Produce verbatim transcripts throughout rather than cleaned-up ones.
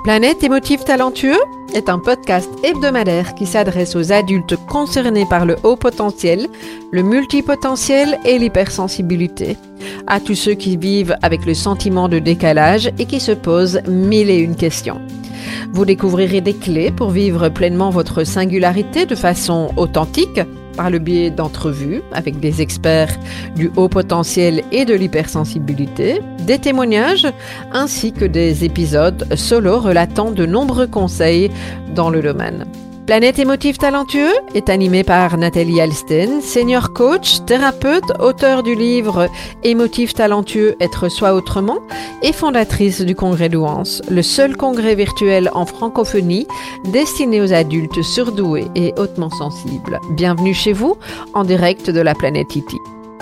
Planète émotif talentueux est un podcast hebdomadaire qui s'adresse aux adultes concernés par le haut potentiel, le multipotentiel et l'hypersensibilité. À tous ceux qui vivent avec le sentiment de décalage et qui se posent mille et une questions. Vous découvrirez des clés pour vivre pleinement votre singularité de façon authentique, par le biais d'entrevues avec des experts du haut potentiel et de l'hypersensibilité, des témoignages ainsi que des épisodes solo relatant de nombreux conseils dans le domaine. Planète émotif talentueux est animé par Nathalie Alsten, senior coach, thérapeute, auteure du livre Émotif talentueux, être soi autrement et fondatrice du Congrès Douance, le seul congrès virtuel en francophonie destiné aux adultes surdoués et hautement sensibles. Bienvenue chez vous, en direct de la planète Iti.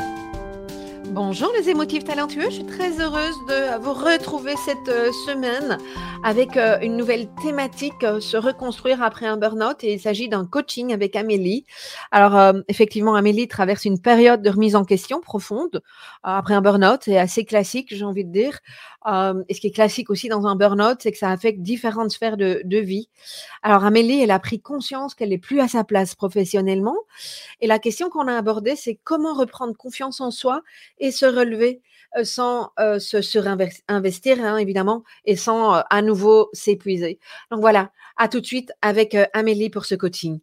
Bonjour les émotifs talentueux, je suis très heureuse de vous retrouver cette euh, semaine avec euh, une nouvelle thématique, euh, se reconstruire après un burn-out, et il s'agit d'un coaching avec Amélie. Alors euh, effectivement, Amélie traverse une période de remise en question profonde euh, après un burn-out, c'est assez classique, j'ai envie de dire. Euh, et ce qui est classique aussi dans un burn-out, c'est que ça affecte différentes sphères de, de vie. Alors Amélie, elle a pris conscience qu'elle n'est plus à sa place professionnellement, et la question qu'on a abordée, c'est comment reprendre confiance en soi et se relever euh, sans euh, se surinvestir, hein, évidemment, et sans euh, à nouveau s'épuiser. Donc voilà, à tout de suite avec euh, Amélie pour ce coaching.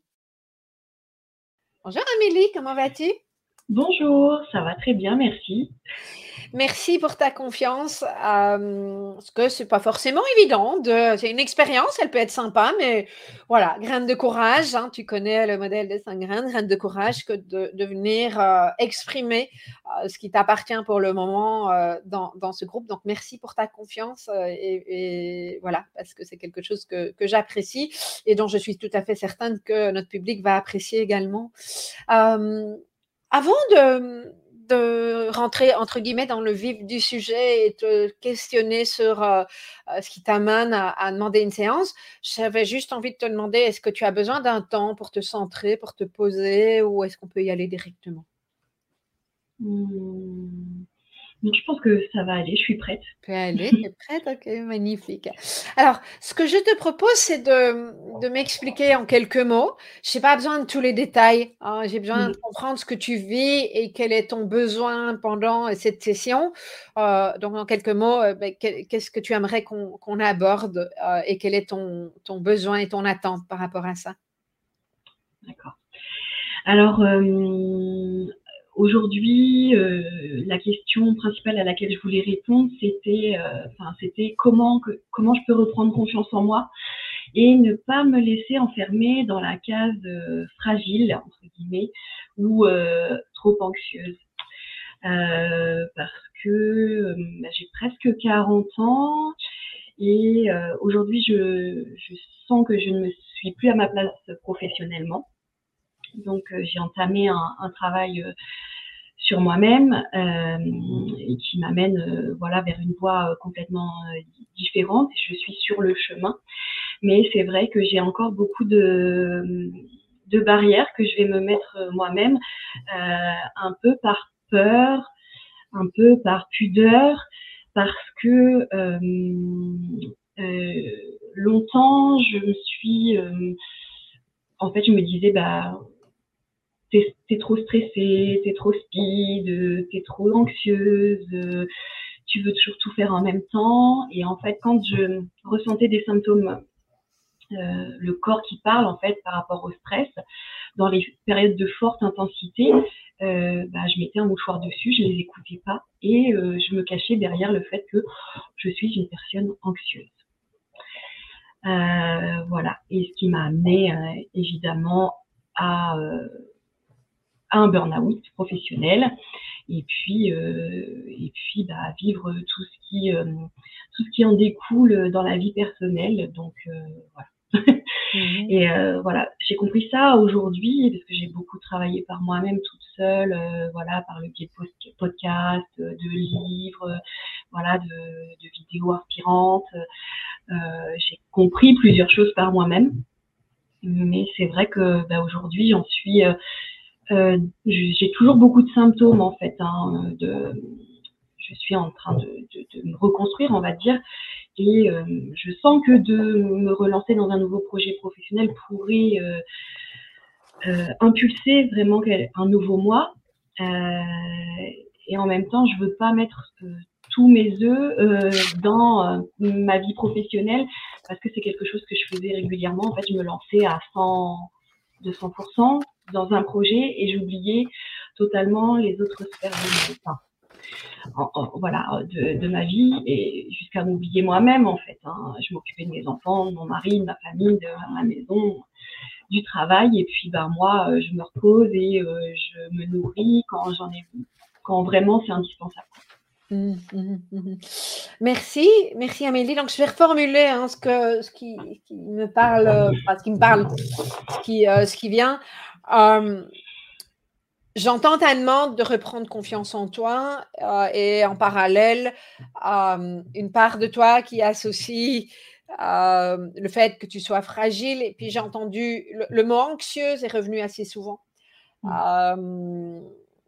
Bonjour Amélie, comment vas-tu? Bonjour, ça va très bien, merci. Merci pour ta confiance, euh, parce que c'est pas forcément évident. De, c'est une expérience, elle peut être sympa, mais voilà, graine de courage. Hein, tu connais le modèle des cinq graines, graine de courage que de, de venir euh, exprimer euh, ce qui t'appartient pour le moment euh, dans, dans ce groupe. Donc merci pour ta confiance euh, et, et voilà, parce que c'est quelque chose que, que j'apprécie et dont je suis tout à fait certaine que notre public va apprécier également. Euh, avant de de rentrer entre guillemets dans le vif du sujet et te questionner sur euh, euh, ce qui t'amène à, à demander une séance, j'avais juste envie de te demander, est-ce que tu as besoin d'un temps pour te centrer, pour te poser, ou est-ce qu'on peut y aller directement? Hum, donc je pense que ça va aller, je suis prête. Tu peux aller, tu es prête? Ok, magnifique. Alors, ce que je te propose, c'est de, de m'expliquer en quelques mots. Je n'ai pas besoin de tous les détails, hein. J'ai besoin Hum, de comprendre ce que tu vis et quel est ton besoin pendant cette session. Euh, donc, en quelques mots, euh, ben, quel- qu'est-ce que tu aimerais qu'on qu'on aborde euh, et quel est ton, ton besoin et ton attente par rapport à ça? D'accord. Alors, euh, aujourd'hui, euh, la question principale à laquelle je voulais répondre, c'était, euh, enfin, c'était comment, que, comment je peux reprendre confiance en moi et ne pas me laisser enfermer dans la case euh, fragile, entre guillemets, ou euh, trop anxieuse. Euh, parce que euh, bah, j'ai presque quarante ans et euh, aujourd'hui je, je sens que je ne me suis plus à ma place professionnellement. Donc euh, j'ai entamé un, un travail euh, sur moi-même euh, et qui m'amène euh, voilà vers une voie euh, complètement euh, différente. Je suis sur le chemin, mais c'est vrai que j'ai encore beaucoup de de barrières que je vais me mettre euh, moi-même, euh, un peu par peur, un peu par pudeur, parce que euh, euh, longtemps, je me suis, euh, en fait, je me disais, bah, t'es, t'es trop stressée, t'es trop speed, t'es trop anxieuse, tu veux toujours tout faire en même temps. Et en fait, quand je ressentais des symptômes, euh, le corps qui parle, en fait, par rapport au stress, dans les périodes de forte intensité, euh, bah, je mettais un mouchoir dessus, je les écoutais pas et euh, je me cachais derrière le fait que je suis une personne anxieuse. Euh, voilà. Et ce qui m'a amené euh, évidemment à, euh, à un burn-out professionnel et puis euh, et puis bah, vivre tout ce qui euh, tout ce qui en découle dans la vie personnelle. Donc euh, voilà. Mhm. Et euh, voilà, j'ai compris ça aujourd'hui parce que j'ai beaucoup travaillé par moi-même toute seule, euh, voilà, par le biais de podcasts, de livres, euh, voilà, de, de vidéos inspirantes. Euh, j'ai compris plusieurs choses par moi-même, mais c'est vrai que bah, aujourd'hui, j'en suis, euh, euh, j'ai toujours beaucoup de symptômes en fait. Hein, de, je suis en train de, de, de me reconstruire, on va dire, Et euh, je sens que de me relancer dans un nouveau projet professionnel pourrait euh, euh, impulser vraiment un nouveau moi. Euh, et en même temps, je veux pas mettre euh, tous mes œufs euh, dans euh, ma vie professionnelle parce que c'est quelque chose que je faisais régulièrement. En fait, je me lançais à cent, deux cents pour cent dans un projet et j'oubliais totalement les autres sphères de, enfin, en, en, voilà, de, de ma vie et jusqu'à m'oublier moi-même en fait. Hein. Je m'occupais de mes enfants, de mon mari, de ma famille, de ma maison, du travail et puis ben moi je me repose et euh, je me nourris quand j'en ai quand vraiment c'est indispensable. Mmh, mmh, mmh. Merci, merci Amélie. Donc je vais reformuler hein, ce que ce qui, qui me parle, enfin, ce qui me parle, ce qui euh, ce qui vient. Euh, J'entends ta demande de reprendre confiance en toi euh, et en parallèle euh, une part de toi qui associe euh, le fait que tu sois fragile et puis j'ai entendu le, le mot anxieuse est revenu assez souvent. Mmh. Euh,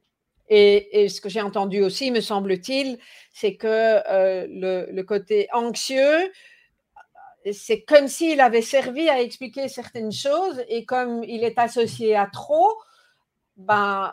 Et, et ce que j'ai entendu aussi, me semble-t-il, c'est que euh, le, le côté anxieux, c'est comme s'il avait servi à expliquer certaines choses et comme il est associé à trop, ben,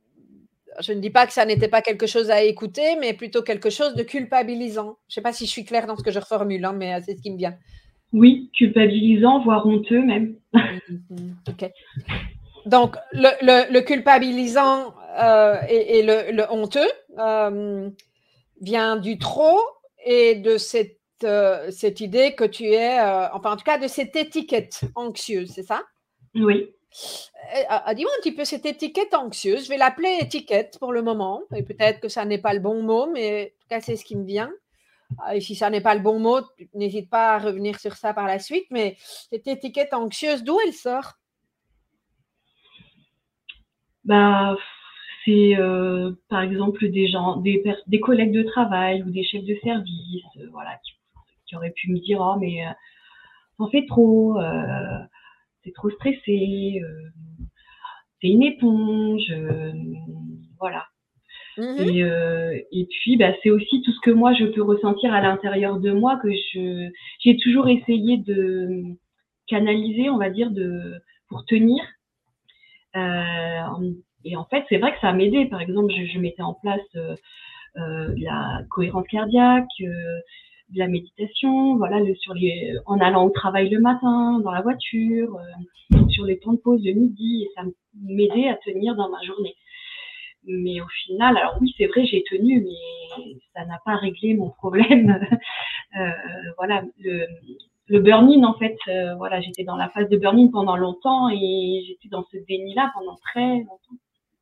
je ne dis pas que ça n'était pas quelque chose à écouter, mais plutôt quelque chose de culpabilisant. Je ne sais pas si je suis claire dans ce que je reformule, hein, mais c'est ce qui me vient. Oui, culpabilisant, voire honteux même. Mmh, ok. Donc, le, le, le culpabilisant euh, et, et le, le honteux euh, vient du trop et de cette, euh, cette idée que tu es, euh, enfin en tout cas de cette étiquette anxieuse, c'est ça? Oui. Euh, dis-moi un petit peu cette étiquette anxieuse, je vais l'appeler étiquette pour le moment, et peut-être que ça n'est pas le bon mot, mais en tout cas c'est ce qui me vient. Et si ça n'est pas le bon mot, n'hésite pas à revenir sur ça par la suite, mais cette étiquette anxieuse, d'où elle sort? Bah, c'est euh, par exemple des gens, des, des collègues de travail ou des chefs de service, euh, voilà, qui, qui auraient pu me dire oh mais euh, t'en fais trop, euh, t'es trop stressé, euh, t'es une éponge, euh, voilà. Mmh. Et, euh, et puis bah, c'est aussi tout ce que moi je peux ressentir à l'intérieur de moi que je j'ai toujours essayé de canaliser, on va dire, de pour tenir. Euh, et en fait, c'est vrai que ça m'a aidé. Par exemple, je, je mettais en place euh, euh, la cohérence cardiaque, euh, de la méditation, voilà, le, sur les, en allant au travail le matin, dans la voiture, euh, sur les temps de pause de midi, et ça m'aidait à tenir dans ma journée. Mais au final, alors oui, c'est vrai, j'ai tenu, mais ça n'a pas réglé mon problème. euh, voilà, le, le burn-in, en fait, euh, voilà, j'étais dans la phase de burn-in pendant longtemps et j'étais dans ce déni-là pendant très longtemps.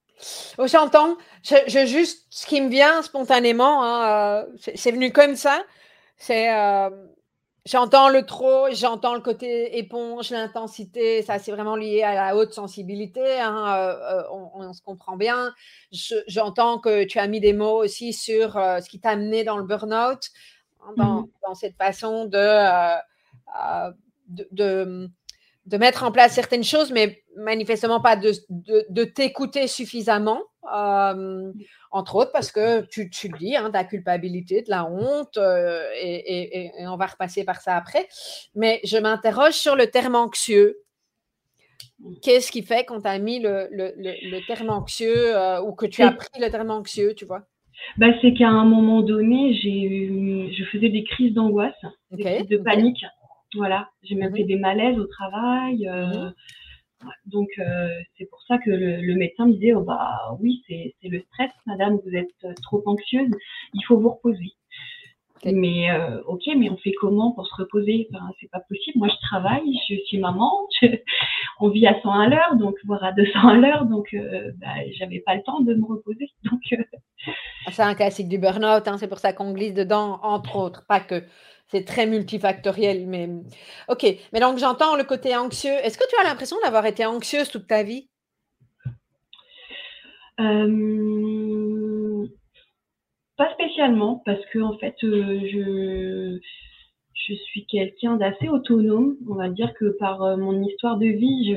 Oh, j'entends, je, je, juste ce qui me vient spontanément, hein, euh, c'est venu comme ça, c'est euh, j'entends le trop, j'entends le côté éponge, l'intensité, ça c'est vraiment lié à la haute sensibilité, hein, euh, on, on, se comprend bien. J'entends que tu as mis des mots aussi sur euh, ce qui t'a amené dans le burn-out, hein, dans, mmh. dans cette façon de, euh, euh, de, de de mettre en place certaines choses, mais manifestement pas de, de, de t'écouter suffisamment, euh, entre autres parce que tu, tu le dis, hein, de la culpabilité, de la honte, euh, et, et, et on va repasser par ça après. Mais je m'interroge sur le terme anxieux. Qu'est-ce qui fait qu'on t'a mis le, le, le, le terme anxieux euh, ou que tu as pris le terme anxieux, tu vois? Bah, c'est qu'à un moment donné, j'ai eu, je faisais des crises d'angoisse, okay, des crises de okay. panique. Voilà, j'ai même mmh. fait des malaises au travail. Euh, mmh. Donc, euh, c'est pour ça que le, le médecin me disait, oh, bah oui, c'est le stress, madame, vous êtes trop anxieuse, il faut vous reposer. Okay. Mais euh, ok, mais on fait comment pour se reposer? Enfin, c'est pas possible. Moi, je travaille, je suis maman, je, on vit à cent à l'heure, donc voire à deux cents à l'heure, donc euh, bah, j'avais pas le temps de me reposer. Donc euh... c'est un classique du burn-out, hein, c'est pour ça qu'on glisse dedans, entre autres, pas que. C'est très multifactoriel, mais ok. Mais donc j'entends le côté anxieux. Est-ce que tu as l'impression d'avoir été anxieuse toute ta vie? euh... Pas spécialement, parce que en fait, euh, je je suis quelqu'un d'assez autonome. On va dire que par euh, mon histoire de vie,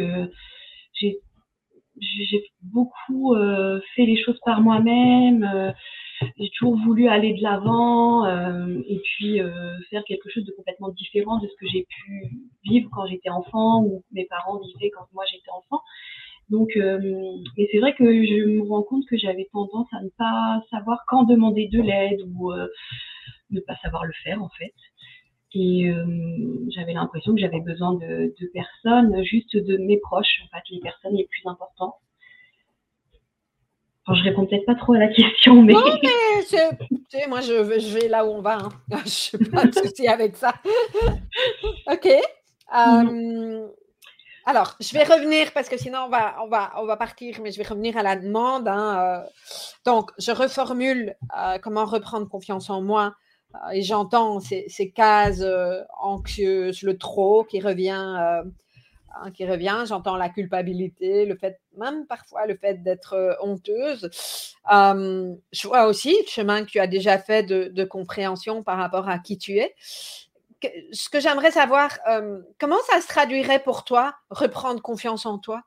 j'ai j'ai beaucoup euh, fait les choses par moi-même. Euh, j'ai toujours voulu aller de l'avant euh, et puis euh, faire quelque chose de complètement différent de ce que j'ai pu vivre quand j'étais enfant ou mes parents vivaient quand moi j'étais enfant. Donc, euh, et c'est vrai que je me rends compte que j'avais tendance à ne pas savoir quand demander de l'aide ou euh, ne pas savoir le faire en fait. Et euh, j'avais l'impression que j'avais besoin de, de personnes, juste de mes proches, en fait, les personnes les plus importantes. Enfin, je réponds peut-être pas trop à la question, mais... Non, mais c'est, tu sais, moi, je, vais- je vais là où on va. Hein. Je n'ai pas de souci avec ça. OK. Euh, alors, je vais revenir, parce que sinon, on va, on va, on va partir, mais je vais revenir à la demande. Hein. Euh, donc, je reformule euh, comment reprendre confiance en moi. Euh, et j'entends ces, ces cases euh, anxieuses, le trop qui revient... Euh, Hein, qui revient, j'entends la culpabilité, le fait, même parfois le fait d'être euh, honteuse. Euh, je vois aussi le chemin que tu as déjà fait de, de compréhension par rapport à qui tu es. Que, ce que j'aimerais savoir, euh, comment ça se traduirait pour toi, reprendre confiance en toi?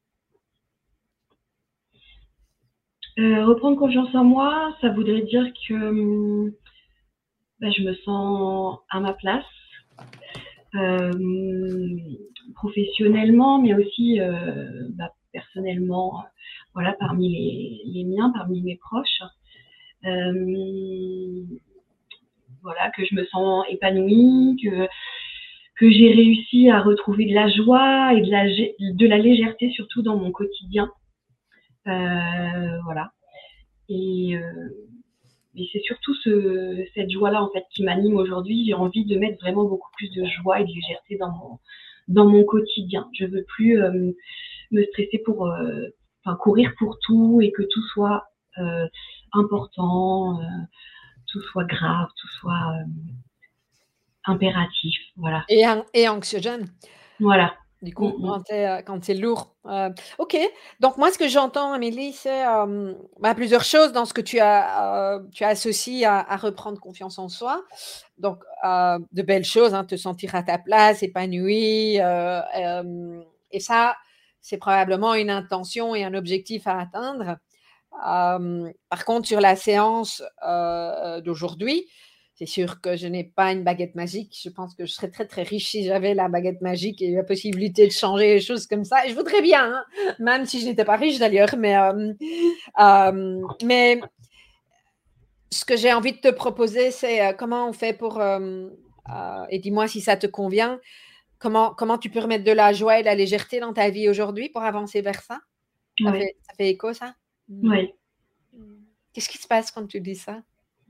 euh, Reprendre confiance en moi, ça voudrait dire que ben, je me sens à ma place. Euh, professionnellement, mais aussi euh, bah, personnellement, voilà, parmi les, les miens, parmi mes proches. Euh, voilà, que je me sens épanouie, que, que j'ai réussi à retrouver de la joie et de la, de la légèreté, surtout dans mon quotidien. Euh, voilà. Et, euh, et c'est surtout ce, cette joie-là en fait qui m'anime aujourd'hui. J'ai envie de mettre vraiment beaucoup plus de joie et de légèreté dans mon dans mon quotidien. Je veux plus euh, me stresser pour, euh, enfin courir pour tout et que tout soit euh, important, euh, tout soit grave, tout soit euh, impératif. Voilà. Et, et anxiogène. Voilà. Du coup, mmh. quand c'est euh, lourd. Euh, OK. Donc, moi, ce que j'entends, Amélie, c'est euh, bah, plusieurs choses dans ce que tu as, euh, tu as associé à, à reprendre confiance en soi. Donc, euh, de belles choses, hein, te sentir à ta place, épanoui. Euh, euh, et ça, c'est probablement une intention et un objectif à atteindre. Euh, par contre, sur la séance euh, d'aujourd'hui, c'est sûr que je n'ai pas une baguette magique. Je pense que je serais très, très riche si j'avais la baguette magique et la possibilité de changer les choses comme ça. Et je voudrais bien, hein, même si je n'étais pas riche d'ailleurs. Mais, euh, euh, mais ce que j'ai envie de te proposer, c'est euh, comment on fait pour, euh, euh, et dis-moi si ça te convient, comment, comment tu peux remettre de la joie et de la légèreté dans ta vie aujourd'hui pour avancer vers ça? Ça, ouais. fait, ça fait écho, ça? Oui. Qu'est-ce qui se passe quand tu dis ça?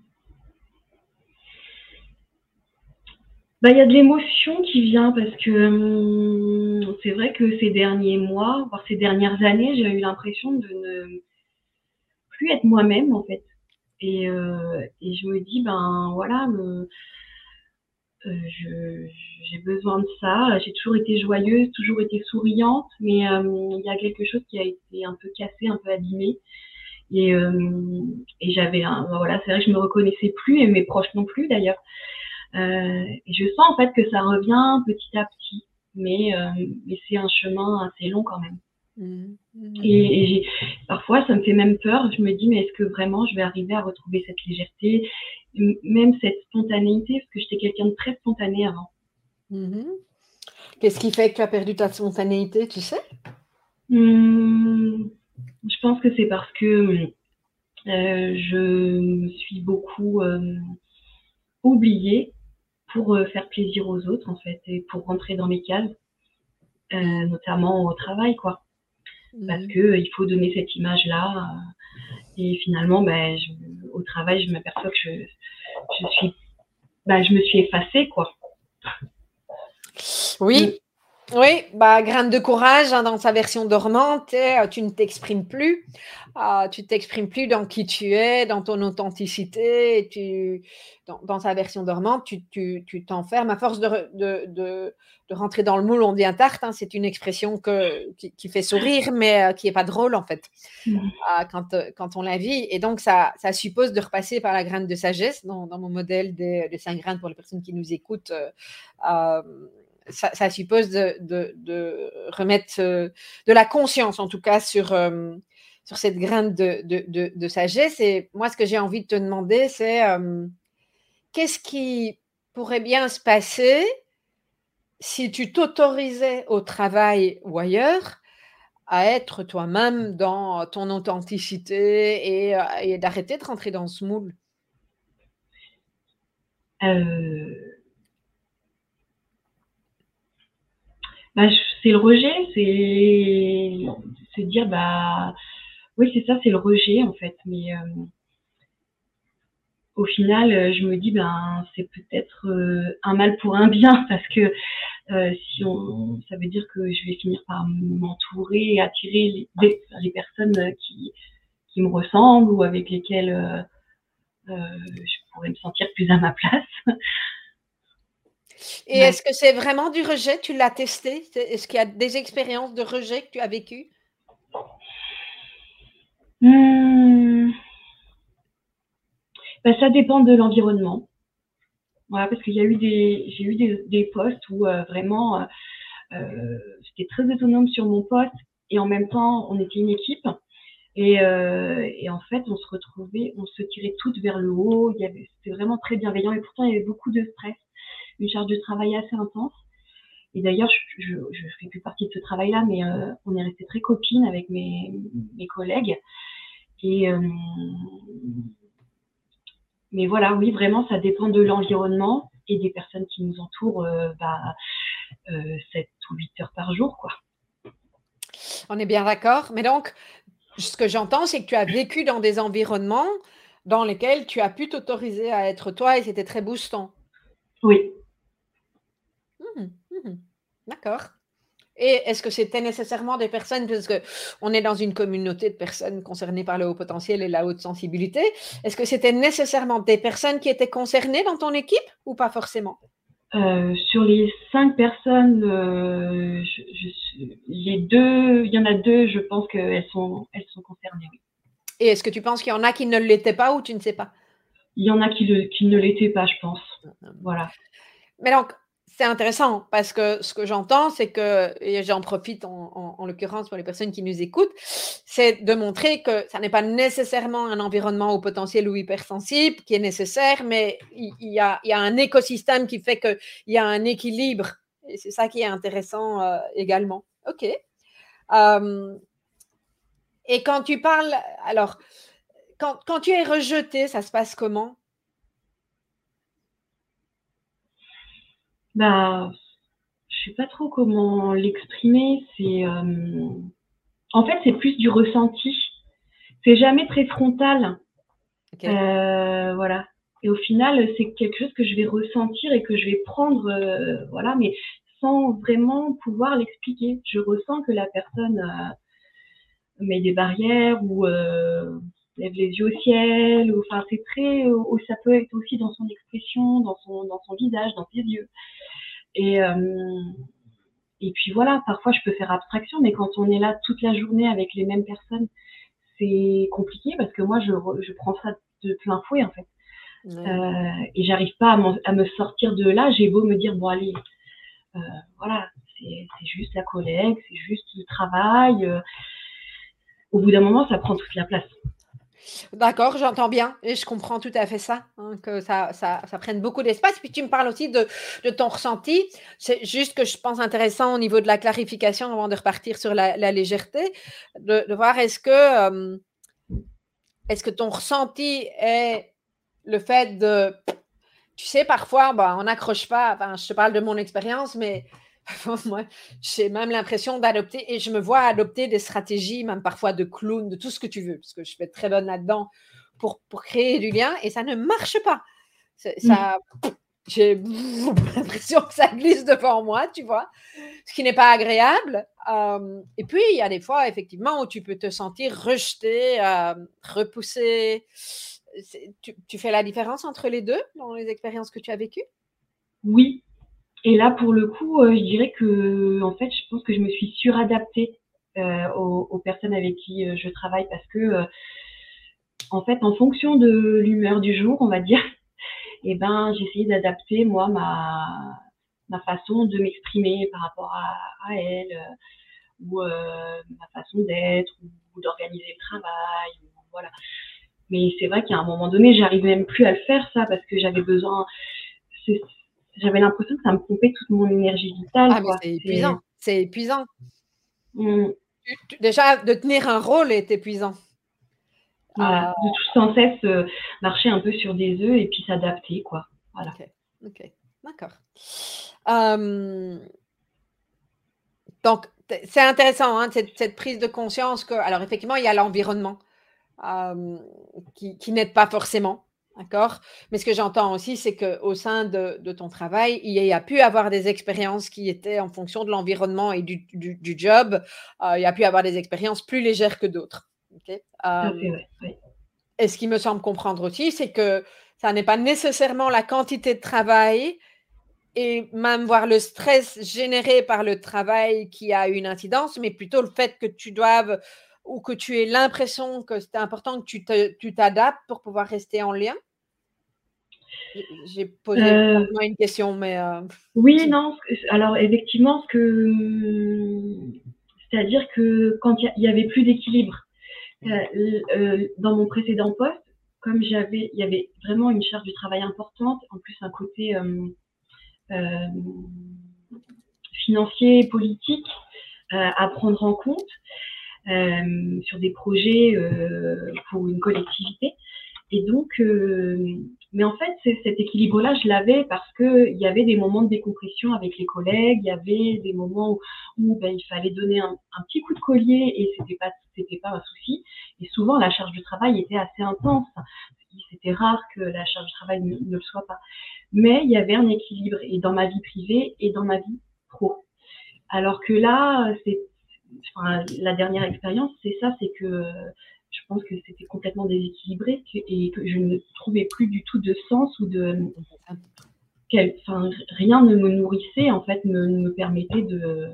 Bah, il y a de l'émotion qui vient parce que hum, c'est vrai que ces derniers mois, voire ces dernières années, j'ai eu l'impression de ne plus être moi-même en fait. Et, euh, et je me dis, ben voilà, me, euh, je, j'ai besoin de ça. J'ai toujours été joyeuse, toujours été souriante, mais euh, il y a quelque chose qui a été un peu cassé, un peu abîmé. Et, euh, et j'avais un, voilà, c'est vrai que je me reconnaissais plus et mes proches non plus d'ailleurs. Euh, et je sens en fait que ça revient petit à petit, mais, euh, mais c'est un chemin assez long quand même. Mmh. Et, et j'ai, parfois, ça me fait même peur. Je me dis, mais est-ce que vraiment je vais arriver à retrouver cette légèreté, même cette spontanéité, parce que j'étais quelqu'un de très spontané avant. Mmh. Qu'est-ce qui fait que tu as perdu ta spontanéité, tu sais? Mmh, je pense que c'est parce que euh, je me suis beaucoup euh, oubliée pour euh, faire plaisir aux autres, en fait, et pour rentrer dans les cases, euh, notamment au travail, quoi. Mmh. Parce que euh, il faut donner cette image-là. Euh, et finalement, ben, je, au travail, je m'aperçois que je, je suis, ben, je me suis effacée, quoi. Oui. Mmh. Oui, bah, graine de courage hein, dans sa version dormante, tu ne t'exprimes plus, euh, tu t'exprimes plus dans qui tu es, dans ton authenticité, tu, dans, dans sa version dormante, tu, tu, tu t'enfermes à force de, de, de, de rentrer dans le moule, on devient tarte, hein, c'est une expression que, qui, qui fait sourire, mais euh, qui n'est pas drôle en fait, mmh. euh, quand, quand on la vit. Et donc, ça, ça suppose de repasser par la graine de sagesse, dans, dans mon modèle des, des cinq graines pour les personnes qui nous écoutent. Euh, euh, Ça, ça suppose de, de, de remettre euh, de la conscience, en tout cas, sur, euh, sur cette graine de, de, de, de sagesse. Et moi, ce que j'ai envie de te demander, c'est euh, qu'est-ce qui pourrait bien se passer si tu t'autorisais au travail ou ailleurs à être toi-même dans ton authenticité et, et d'arrêter de rentrer dans ce moule? Euh, bah, c'est le rejet, c'est c'est dire bah oui c'est ça, c'est le rejet en fait. Mais euh, au final, je me dis ben c'est peut-être euh, un mal pour un bien parce que euh, si on, ça veut dire que je vais finir par m'entourer et attirer les, les personnes qui qui me ressemblent ou avec lesquelles euh, euh, je pourrais me sentir plus à ma place. Et ouais. Est-ce que c'est vraiment du rejet? Tu l'as testé? Est-ce qu'il y a des expériences de rejet que tu as vécues? Mmh. Ben, ça dépend de l'environnement. Voilà, parce qu'il y a eu des, j'ai eu des, des postes où euh, vraiment euh, euh, j'étais très autonome sur mon poste et en même temps on était une équipe et, euh, et en fait on se retrouvait, on se tirait toutes vers le haut. Il y avait, c'était vraiment très bienveillant et pourtant il y avait beaucoup de stress, une charge de travail assez intense. Et d'ailleurs, je, je, je fais plus partie de ce travail-là, mais euh, on est resté très copines avec mes, mes collègues. Et euh, mais voilà, oui, vraiment, ça dépend de l'environnement et des personnes qui nous entourent, euh, bah, euh, sept ou huit heures par jour, quoi. On est bien d'accord. Mais donc, ce que j'entends, c'est que tu as vécu dans des environnements dans lesquels tu as pu t'autoriser à être toi et c'était très boostant. Oui. Mmh, mmh. D'accord. Et est-ce que c'était nécessairement des personnes, parce qu'on est dans une communauté de personnes concernées par le haut potentiel et la haute sensibilité, est-ce que c'était nécessairement des personnes qui étaient concernées dans ton équipe ou pas forcément? Euh, sur les cinq personnes, euh, je, je, les deux, il y en a deux, je pense qu'elles sont, elles sont concernées, oui. Et est-ce que tu penses qu'il y en a qui ne l'étaient pas ou tu ne sais pas? Il y en a qui, le, qui ne l'étaient pas, je pense. Voilà. Mais donc, c'est intéressant parce que ce que j'entends, c'est que, et j'en profite en, en, en l'occurrence pour les personnes qui nous écoutent, c'est de montrer que ça n'est pas nécessairement un environnement au potentiel ou hypersensible qui est nécessaire, mais il, il, y, a, il y a un écosystème qui fait qu'il y a un équilibre. Et c'est ça qui est intéressant euh, également. OK. Euh, et quand tu parles, alors, quand, quand tu es rejeté, ça se passe comment? Bah, je sais pas trop comment l'exprimer. C'est, euh, en fait, c'est plus du ressenti. C'est jamais très frontal. Okay. Euh, voilà. Et au final, c'est quelque chose que je vais ressentir et que je vais prendre, euh, voilà, mais sans vraiment pouvoir l'expliquer. Je ressens que la personne euh, met des barrières ou euh, lève les yeux au ciel. Ou, enfin, c'est très, ou ça peut être aussi dans son expression, dans son, dans son visage, dans ses yeux. Et euh, et puis voilà, parfois je peux faire abstraction, mais quand on est là toute la journée avec les mêmes personnes, c'est compliqué parce que moi je, je prends ça de plein fouet en fait. Ouais. Euh, et j'arrive pas à, à me sortir de là. J'ai beau me dire bon allez, euh, voilà, c'est juste la collègue, c'est juste le travail. Euh, au bout d'un moment, ça prend toute la place. D'accord, j'entends bien et je comprends tout à fait ça, hein, que ça, ça, ça prenne beaucoup d'espace. Puis tu me parles aussi de, de ton ressenti. C'est juste que je pense intéressant au niveau de la clarification avant de repartir sur la, la légèreté, de, de voir est-ce que, euh, est-ce que ton ressenti est le fait de, tu sais, parfois, bah, on n'accroche pas, enfin, je te parle de mon expérience, mais moi, j'ai même l'impression d'adopter, et je me vois adopter des stratégies, même parfois de clown, de tout ce que tu veux, parce que je suis très bonne là-dedans pour, pour créer du lien, et ça ne marche pas. Ça, mmh. J'ai l'impression que ça glisse devant moi, tu vois, ce qui n'est pas agréable. Euh, et puis, il y a des fois, effectivement, où tu peux te sentir rejeté, euh, repoussé. Tu, tu fais la différence entre les deux dans les expériences que tu as vécues? Oui. Et là, pour le coup, euh, je dirais que, en fait, je pense que je me suis suradaptée euh, aux, aux personnes avec qui euh, je travaille parce que, euh, en fait, en fonction de l'humeur du jour, on va dire, eh ben, j'ai essayé d'adapter, moi, ma, ma façon de m'exprimer par rapport à, à elle. ou euh, ma façon d'être, ou, ou d'organiser le travail, ou, voilà. Mais c'est vrai qu'à un moment donné, j'arrivais même plus à le faire, ça, parce que j'avais besoin, j'avais l'impression que ça me pompait toute mon énergie vitale, Ah, mais quoi. c'est épuisant, c'est épuisant. Mmh. Tu, tu, déjà, de tenir un rôle est épuisant. Voilà, Euh, de tout sans cesse euh, marcher un peu sur des œufs et puis s'adapter, quoi. Voilà. Ok, ok, d'accord. Euh, donc, c'est intéressant, hein, cette, cette prise de conscience que, alors effectivement, il y a l'environnement euh, qui, qui n'aide pas forcément, d'accord? Mais ce que j'entends aussi, c'est qu'au sein de, de ton travail, il y a pu avoir des expériences qui étaient en fonction de l'environnement et du, du, du job, euh, il y a pu avoir des expériences plus légères que d'autres. Okay? Tout à Euh, fait, ouais, ouais. Et ce qui me semble comprendre aussi, c'est que ça n'est pas nécessairement la quantité de travail et même voir le stress généré par le travail qui a une incidence, mais plutôt le fait que tu doives ou que tu aies l'impression que c'est important que tu te, tu t'adaptes pour pouvoir rester en lien. J'ai posé Euh, une question, mais euh, oui, non, alors effectivement, ce que, c'est-à-dire que quand il y, y avait plus d'équilibre euh, euh, dans mon précédent poste, comme j'avais, il y avait vraiment une charge du travail importante, en plus un côté euh, euh, financier, politique euh, à prendre en compte euh, sur des projets euh, pour une collectivité. Et donc, euh, mais en fait, cet équilibre-là, je l'avais parce que il y avait des moments de décompression avec les collègues, il y avait des moments où, où ben, il fallait donner un, un petit coup de collier et c'était pas, c'était pas un souci. Et souvent, la charge de travail était assez intense. C'était rare que la charge de travail ne, ne le soit pas. Mais il y avait un équilibre et dans ma vie privée et dans ma vie pro. Alors que là, c'est, enfin, la dernière expérience, c'est ça, c'est que je pense que c'était complètement déséquilibré et que je ne trouvais plus du tout de sens ou de, quel, enfin, rien ne me nourrissait, en fait, ne me, me permettait de,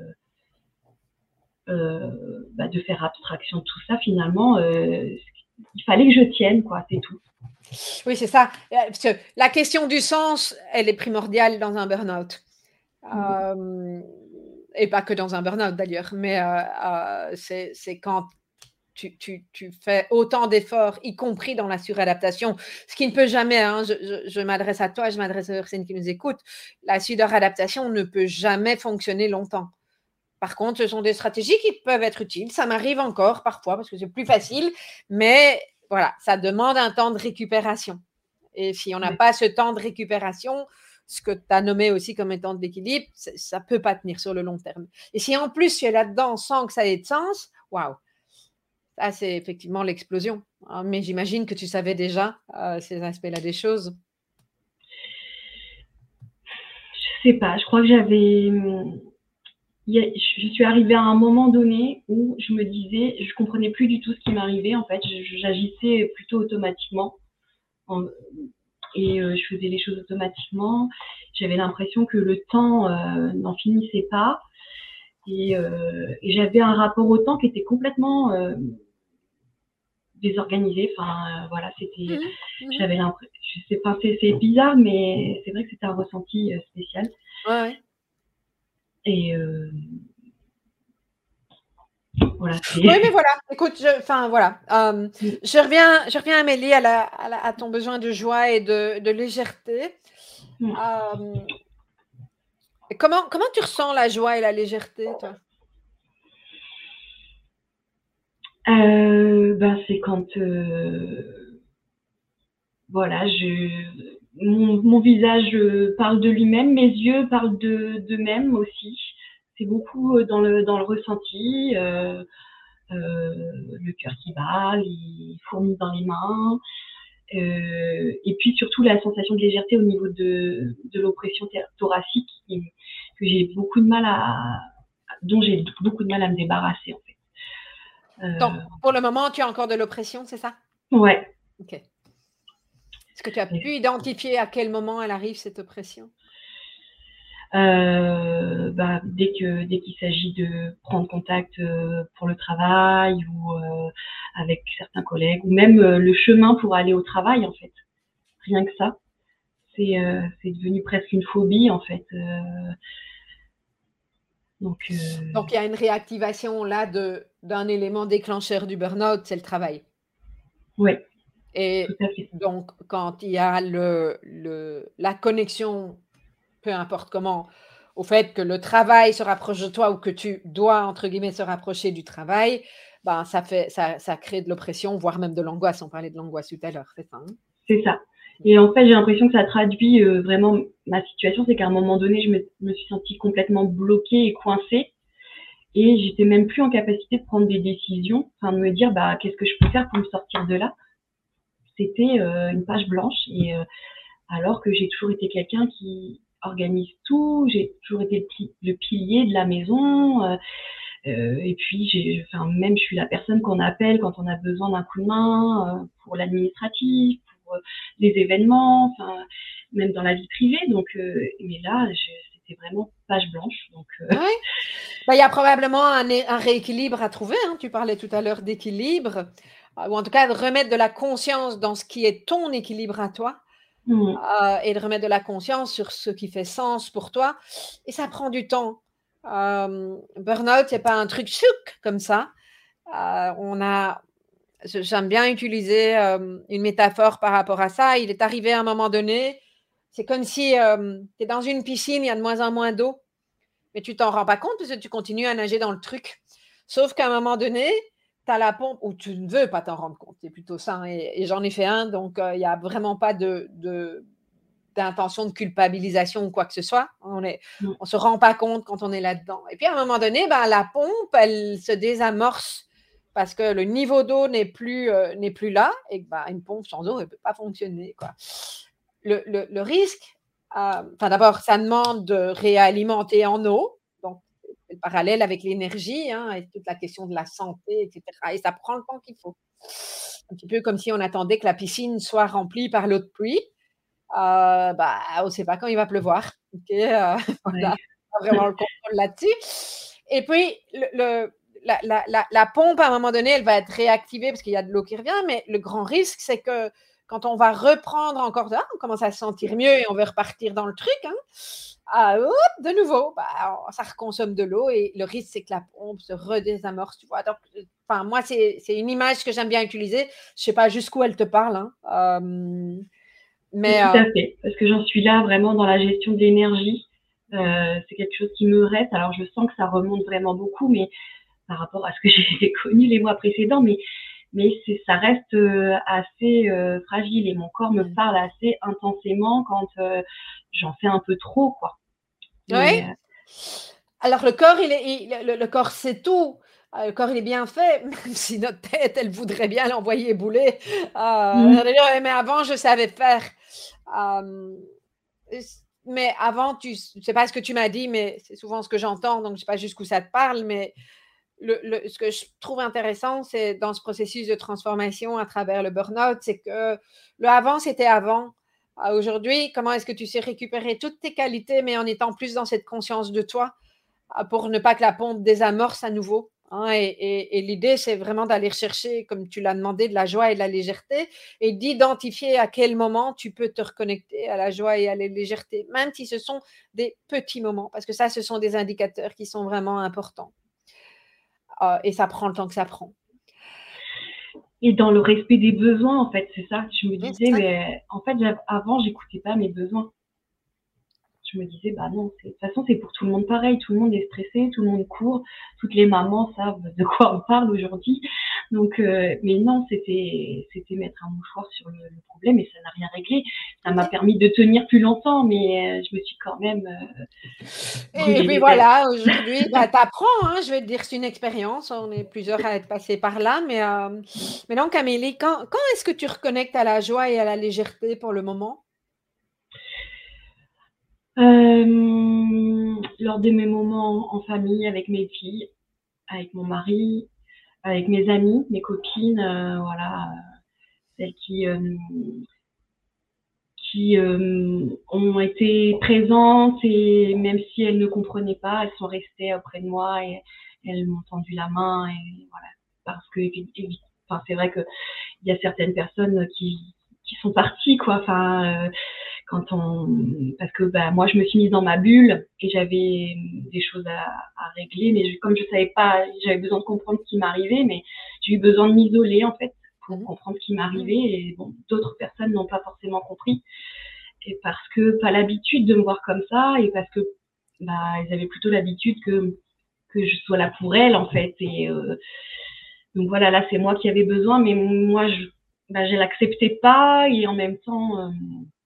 euh, bah, de faire abstraction de tout ça. Finalement, euh, il fallait que je tienne, quoi, c'est tout. Oui, c'est ça. Parce que la question du sens, elle est primordiale dans un burn-out. Mmh. Euh, et pas que dans un burn-out d'ailleurs, mais euh, euh, c'est, c'est quand tu, tu, tu fais autant d'efforts, y compris dans la suradaptation, ce qui ne peut jamais, hein, je, je, je m'adresse à toi, je m'adresse aux personnes qui nous écoutent, la suradaptation ne peut jamais fonctionner longtemps. Par contre, ce sont des stratégies qui peuvent être utiles. Ça m'arrive encore parfois parce que c'est plus facile, mais voilà, ça demande un temps de récupération. Et si on n'a pas ce temps de récupération, ce que tu as nommé aussi comme étant de l'équilibre, ça ne peut pas tenir sur le long terme. Et si en plus tu es là-dedans sans que ça ait de sens, waouh, ça c'est effectivement l'explosion. Mais j'imagine que tu savais déjà euh, ces aspects-là des choses. Je sais pas, je crois que j'avais... Je suis arrivée à un moment donné où je me disais, je comprenais plus du tout ce qui m'arrivait, en fait, j'agissais plutôt automatiquement. Et euh, je faisais les choses automatiquement. J'avais l'impression que le temps euh, n'en finissait pas. Et, euh, et j'avais un rapport au temps qui était complètement euh, désorganisé. Enfin, euh, voilà, c'était. Mmh. J'avais l'impression. Je sais pas, c'est, c'est bizarre, mais c'est vrai que c'était un ressenti euh, spécial. Ouais, ouais. Et. Euh, Voilà, oui, mais voilà, écoute, enfin voilà, euh, je, reviens, je reviens Amélie à, la, à, la, à ton besoin de joie et de, de légèreté. Mm. Euh, comment, comment tu ressens la joie et la légèreté, toi? euh, ben, c'est quand euh, voilà, je, mon, mon visage parle de lui-même, mes yeux parlent de d'eux-mêmes aussi. C'est beaucoup dans le dans le ressenti. Euh, Euh, le cœur qui bat, les fourmis dans les mains, euh, et puis surtout la sensation de légèreté au niveau de, de l'oppression thoracique qui, que j'ai beaucoup de mal à, dont j'ai beaucoup de mal à me débarrasser en fait. Euh, Donc, pour le moment, tu as encore de l'oppression, c'est ça? Ouais. Ok. Est-ce que tu as pu identifier à quel moment elle arrive, cette oppression? Euh, bah, dès que dès qu'il s'agit de prendre contact euh, pour le travail ou euh, avec certains collègues ou même euh, le chemin pour aller au travail en fait, rien que ça, c'est euh, c'est devenu presque une phobie en fait. Euh, Donc, euh, Donc, il y a une réactivation là de, d'un élément déclencheur du burn-out, c'est le travail. oui, tout Et à fait. donc, quand il y a le, le, la connexion, peu importe comment, au fait que le travail se rapproche de toi ou que tu dois, entre guillemets, se rapprocher du travail, ben, ça, fait, ça, ça crée de l'oppression, voire même de l'angoisse. On parlait de l'angoisse tout à l'heure, c'est ça, hein? C'est ça. Et en fait, j'ai l'impression que ça traduit euh, vraiment ma situation. C'est qu'à un moment donné, je me, me suis sentie complètement bloquée et coincée. Et j'étais même plus en capacité de prendre des décisions, enfin de me dire bah qu'est-ce que je peux faire pour me sortir de là. C'était euh, une page blanche et euh, alors que j'ai toujours été quelqu'un qui organise tout, j'ai toujours été le, pi- le pilier de la maison euh, euh, et puis j'ai, enfin même je suis la personne qu'on appelle quand on a besoin d'un coup de main euh, pour l'administratif, pour euh, les événements, enfin même dans la vie privée. Donc euh, mais là je, c'était vraiment page blanche. Donc euh, Oui. Ben, il y a probablement un, é- un rééquilibre à trouver, hein. Tu parlais tout à l'heure d'équilibre, euh, ou en tout cas de remettre de la conscience dans ce qui est ton équilibre à toi, mm, euh, et de remettre de la conscience sur ce qui fait sens pour toi. Et ça prend du temps. Euh, burnout, c'est pas un truc chouk comme ça. Euh, on a, j'aime bien utiliser euh, une métaphore par rapport à ça. Il est arrivé à un moment donné, c'est comme si euh, tu es dans une piscine, il y a de moins en moins d'eau, mais tu t'en rends pas compte parce que tu continues à nager dans le truc. Sauf qu'à un moment donné, tu as la pompe, ou tu ne veux pas t'en rendre compte, c'est plutôt ça, hein, et, et j'en ai fait un, donc il euh, n'y a vraiment pas de, de, d'intention de culpabilisation ou quoi que ce soit. On ne mm. on se rend pas compte quand on est là-dedans. Et puis à un moment donné, ben, la pompe, elle se désamorce parce que le niveau d'eau n'est plus, euh, n'est plus là et que ben, une pompe sans eau, elle ne peut pas fonctionner, quoi. Le, le, le risque, euh, enfin d'abord, ça demande de réalimenter en eau. Donc, c'est le parallèle avec l'énergie, hein, et toute la question de la santé, et cetera. Et ça prend le temps qu'il faut. Un petit peu comme si on attendait que la piscine soit remplie par l'eau de pluie. Heu, bah, on ne sait pas quand il va pleuvoir. OK, heu, Ouais. voilà, pas vraiment le contrôle là-dessus. Et puis le le la la la la pompe, à un moment donné, elle va être réactivée parce qu'il y a de l'eau qui revient, mais le grand risque, c'est que quand on va reprendre encore ah, on commence à se sentir mieux et on veut repartir dans le truc, hein, ah, hop, de nouveau, bah, ça reconsomme de l'eau et le risque, c'est que la pompe se redésamorce, tu vois? Donc, enfin, moi, c'est c'est une image que j'aime bien utiliser. Je sais pas jusqu'où elle te parle, hein, hem, mais Tout heu à fait, parce que j'en suis là vraiment dans la gestion de l'énergie. Euh, c'est quelque chose qui me reste. Alors je sens que ça remonte vraiment beaucoup, mais par rapport à ce que j'ai connu les mois précédents, mais mais c'est, ça reste euh, assez euh, fragile et mon corps me Mmh. parle assez intensément quand euh, j'en fais un peu trop, quoi. Oui. Mais euh, Alors le corps, il est il le le corps sait tout. Heu, le corps, il est bien fait, même si notre tête, elle voudrait bien l'envoyer bouler. Heu, mm, d'ailleurs, mais avant, je savais faire. Hem, s mais avant, tu s je sais pas ce que tu m'as dit, mais c'est souvent ce que j'entends, donc je sais pas jusqu'où ça te parle, mais le le ce que je trouve intéressant, c'est dans ce processus de transformation à travers le burn-out, c'est que le avant, c'était avant. Heu, aujourd'hui, comment est-ce que tu sais récupérer toutes tes qualités, mais en étant plus dans cette conscience de toi? Ah, pour ne pas que la pompe désamorce à nouveau, hein, et et et l'idée, c'est vraiment d'aller chercher, comme tu l'as demandé, de la joie et de la légèreté et d'identifier à quel moment tu peux te reconnecter à la joie et à la légèreté, même si ce sont des petits moments, parce que ça, ce sont des indicateurs qui sont vraiment importants, heu et ça prend le temps que ça prend. et dans le respect des besoins, en fait, c'est ça. Je me Mmh, disais, c'est ça. mais en fait, avant, j'écoutais pas mes besoins. Je me disais, bah non, c'est, de toute façon, c'est pour tout le monde pareil. Tout le monde est stressé, tout le monde court. Toutes les mamans savent de quoi on parle aujourd'hui. Donc, euh, mais non, c'était, c'était mettre un mouchoir sur le, le problème et ça n'a rien réglé. Ça m'a OK. permis de tenir plus longtemps, mais euh, je me suis quand même euh, Et brûlé puis les ailes. voilà, aujourd'hui, bah, tu apprends, hein, je vais te dire, c'est une expérience. On est plusieurs à être passés par là. Mais, euh, mais donc, Amélie, quand, quand est-ce que tu reconnectes à la joie et à la légèreté pour le moment? Euh, lors de mes moments en famille, avec mes filles, avec mon mari, avec mes amis, mes copines, euh, voilà, celles qui euh, qui euh, ont été présentes et même si elles ne comprenaient pas, elles sont restées auprès de moi et elles m'ont tendu la main et voilà, parce que enfin c'est vrai que il y a certaines personnes qui qui sont parties quoi, enfin euh, quand on, parce que bah moi je me suis mise dans ma bulle et j'avais des choses à, à régler, mais je, comme je savais pas, j'avais besoin de comprendre ce qui m'arrivait, mais j'ai eu besoin de m'isoler en fait pour Mhm. comprendre ce qui m'arrivait et bon, d'autres personnes n'ont pas forcément compris et parce que pas l'habitude de me voir comme ça et parce que bah ils avaient plutôt l'habitude que que je sois là pour elles en fait et euh, donc voilà, là c'est moi qui avais besoin, mais moi je bah, je l'acceptais pas et en même temps euh,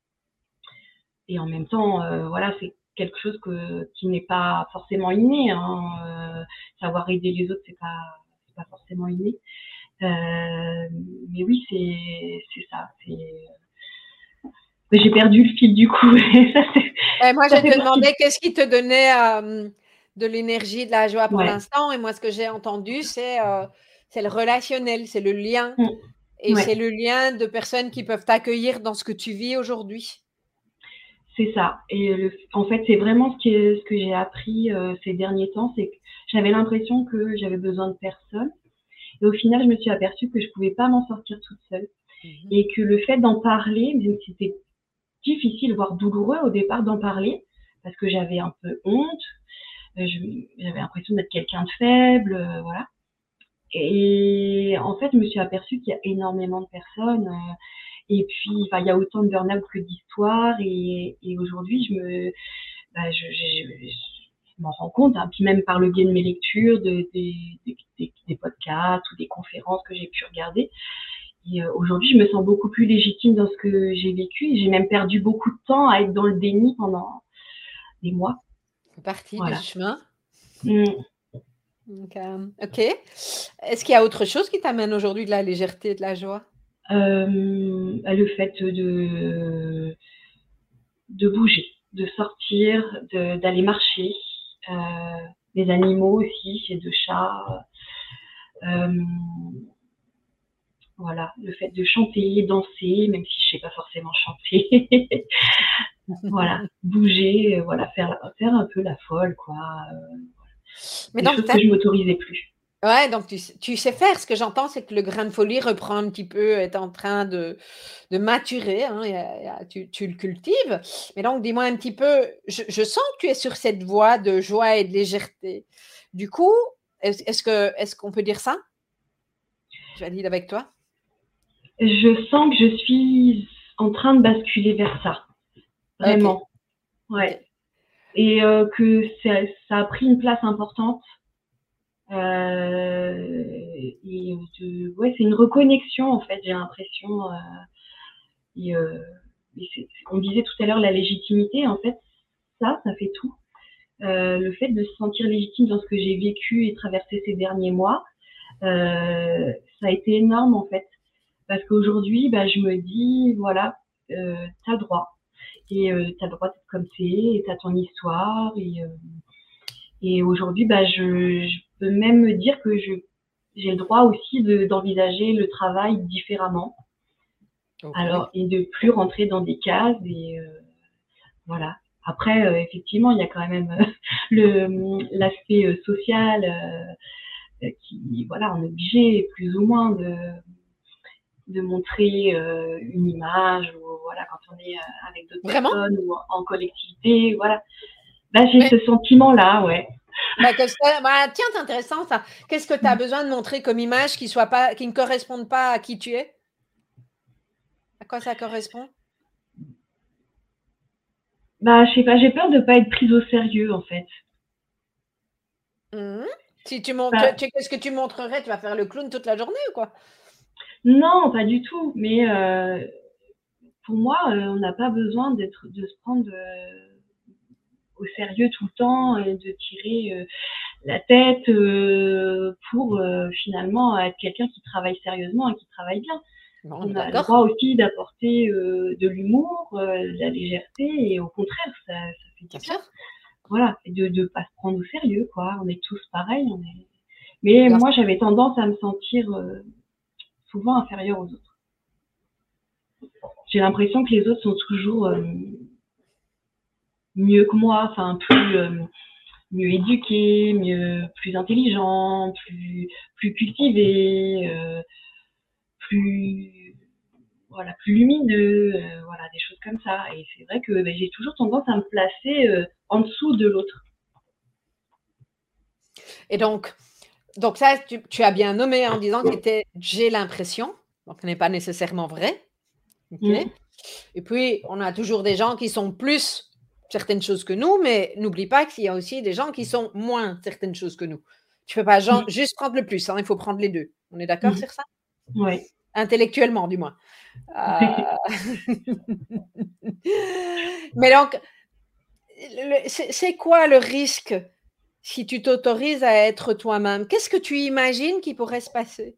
et en même temps euh, voilà, c'est quelque chose que qui n'est pas forcément inné, hein. Euh, savoir aider les autres c'est pas c'est pas forcément inné, euh, mais oui c'est c'est ça, c'est j'ai perdu le fil du coup. ça, Ouais, moi, je ça fait te partie. demandais qu'est-ce qui te donnait euh, de l'énergie, de la joie pour Ouais. l'instant. Et moi, ce que j'ai entendu, c'est euh, c'est le relationnel, c'est le lien. Mm. Et c'est Ouais. le lien de personnes qui peuvent t'accueillir dans ce que tu vis aujourd'hui. C'est ça. Et le, en fait, c'est vraiment ce, qui est, ce que j'ai appris euh, ces derniers temps, c'est que j'avais l'impression que j'avais besoin de personne. Et au final, je me suis aperçue que je pouvais pas m'en sortir toute seule. Mhm. Et que le fait d'en parler, même si c'était difficile, voire douloureux au départ d'en parler, parce que j'avais un peu honte, euh, je- j'avais l'impression d'être quelqu'un de faible, euh, voilà. Et en fait, je me suis aperçue qu'il y a énormément de personnes. Euh, et puis, enfin, il y a autant de burn-out que d'histoires. Et, et aujourd'hui, je me, bah, je, je, je, je m'en rends compte. Hein, puis même par le biais de mes lectures, de, des, des, des, des podcasts ou des conférences que j'ai pu regarder. Et euh, aujourd'hui, je me sens beaucoup plus légitime dans ce que j'ai vécu. Et j'ai même perdu beaucoup de temps à être dans le déni pendant des mois. C'est partie du Voilà. chemin. Mm. Donc, euh, ok. Est-ce qu'il y a autre chose qui t'amène aujourd'hui de la légèreté et de la joie? Euh, le fait de de bouger, de sortir, de, d'aller marcher, euh, les animaux aussi, j'ai deux chats, euh, voilà, le fait de chanter, danser, même si je sais pas forcément chanter, voilà, bouger, euh, voilà, faire, faire un peu la folle, quoi, euh, Mais des donc, choses que je m'autorisais plus. ouais, donc tu, sais- tu sais faire. Ce que j'entends, c'est que le grain de folie reprend un petit peu, est en train de, de maturer. Hein, il y a- il y a- tu, tu le cultives. Mais donc, dis-moi un petit peu, je, je sens que tu es sur cette voie de joie et de légèreté. Du coup, est-ce, est-ce que, est-ce qu'on peut dire ça? Je valide avec toi. Je sens que je suis en train de basculer vers ça, Ok, vraiment, ok. ouais, et euh, que ça, ça a pris une place importante. Euh, et de, ouais, c'est une reconnexion en fait, j'ai l'impression. Euh, et, euh, et c'est, on disait tout à l'heure la légitimité, en fait, ça, ça fait tout. Euh, le fait de se sentir légitime dans ce que j'ai vécu et traversé ces derniers mois, euh, ça a été énorme en fait, parce qu'aujourd'hui, bah, je me dis, voilà, euh, t'as le droit. Et euh, t'as le droit d'être comme c'est, et t'as ton histoire, et euh, Et aujourd'hui, bah, je, je peux même me dire que je, j'ai le droit aussi de, d'envisager le travail différemment. Ok. Alors, et de plus rentrer dans des cases et euh, voilà. Après, euh, effectivement, il y a quand même euh, le l'aspect euh, social euh, qui, voilà, on est obligé plus ou moins de de montrer euh, une image ou voilà quand on est euh, avec d'autres Vraiment? personnes ou en collectivité, voilà. Là, j'ai Mais, ce sentiment-là, ouais. bah, que ça- bah, tiens, c'est intéressant ça. Qu'est-ce que tu as besoin de montrer comme image qui soit pas, qui ne corresponde pas à qui tu es? À quoi ça correspond? Bah, je sais pas, j'ai peur de pas être prise au sérieux en fait. Mhm. Si tu montres, Bah, tu- qu'est-ce que tu montrerais? Tu vas faire le clown toute la journée ou quoi? non, pas du tout. Mais euh, pour moi, euh, on n'a pas besoin d'être, de se prendre euh, au sérieux tout le temps et de tirer euh, la tête euh, pour euh, finalement être quelqu'un qui travaille sérieusement et qui travaille bien. Bon, on est On a le d'accord. droit aussi d'apporter euh, de l'humour, euh, de la légèreté et au contraire, ça, ça fait du Bien bien. sûr. Voilà, et de ne pas se prendre au sérieux, quoi. On est tous pareils. On est... Mais Bien moi, sûr. j'avais tendance à me sentir euh, souvent inférieure aux autres. J'ai l'impression que les autres sont toujours euh, mieux que moi, enfin plus euh, mieux éduqués, mieux, plus intelligents, plus plus cultivés, euh, plus voilà, plus lumineux, euh, voilà, des choses comme ça. Et c'est vrai que ben, j'ai toujours tendance à me placer euh, en dessous de l'autre. Et donc, donc ça, tu, tu as bien nommé en disant que c'était j'ai l'impression, donc ce n'est pas nécessairement vrai. Okay. Mm. Et puis, on a toujours des gens qui sont plus certaines choses que nous, mais n'oublie pas qu'il y a aussi des gens qui sont moins certaines choses que nous. Tu ne peux pas genre, Mm. juste prendre le plus, hein, il faut prendre les deux. On est d'accord Mm. sur ça? Oui. Intellectuellement, du moins. Euh... mais donc, c'est quoi le risque si tu t'autorises à être toi-même? Qu'est-ce que tu imagines qui pourrait se passer?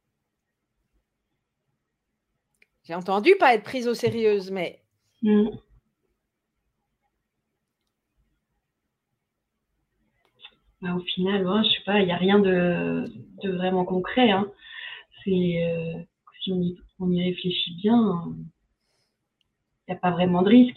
J'ai entendu pas être prise au sérieux, mais... Mm. Bah, au final, ouais, je sais pas, il n'y a rien de, de vraiment concret. Hein. C'est, euh, si on y, on y réfléchit bien, il n'y a pas vraiment de risque.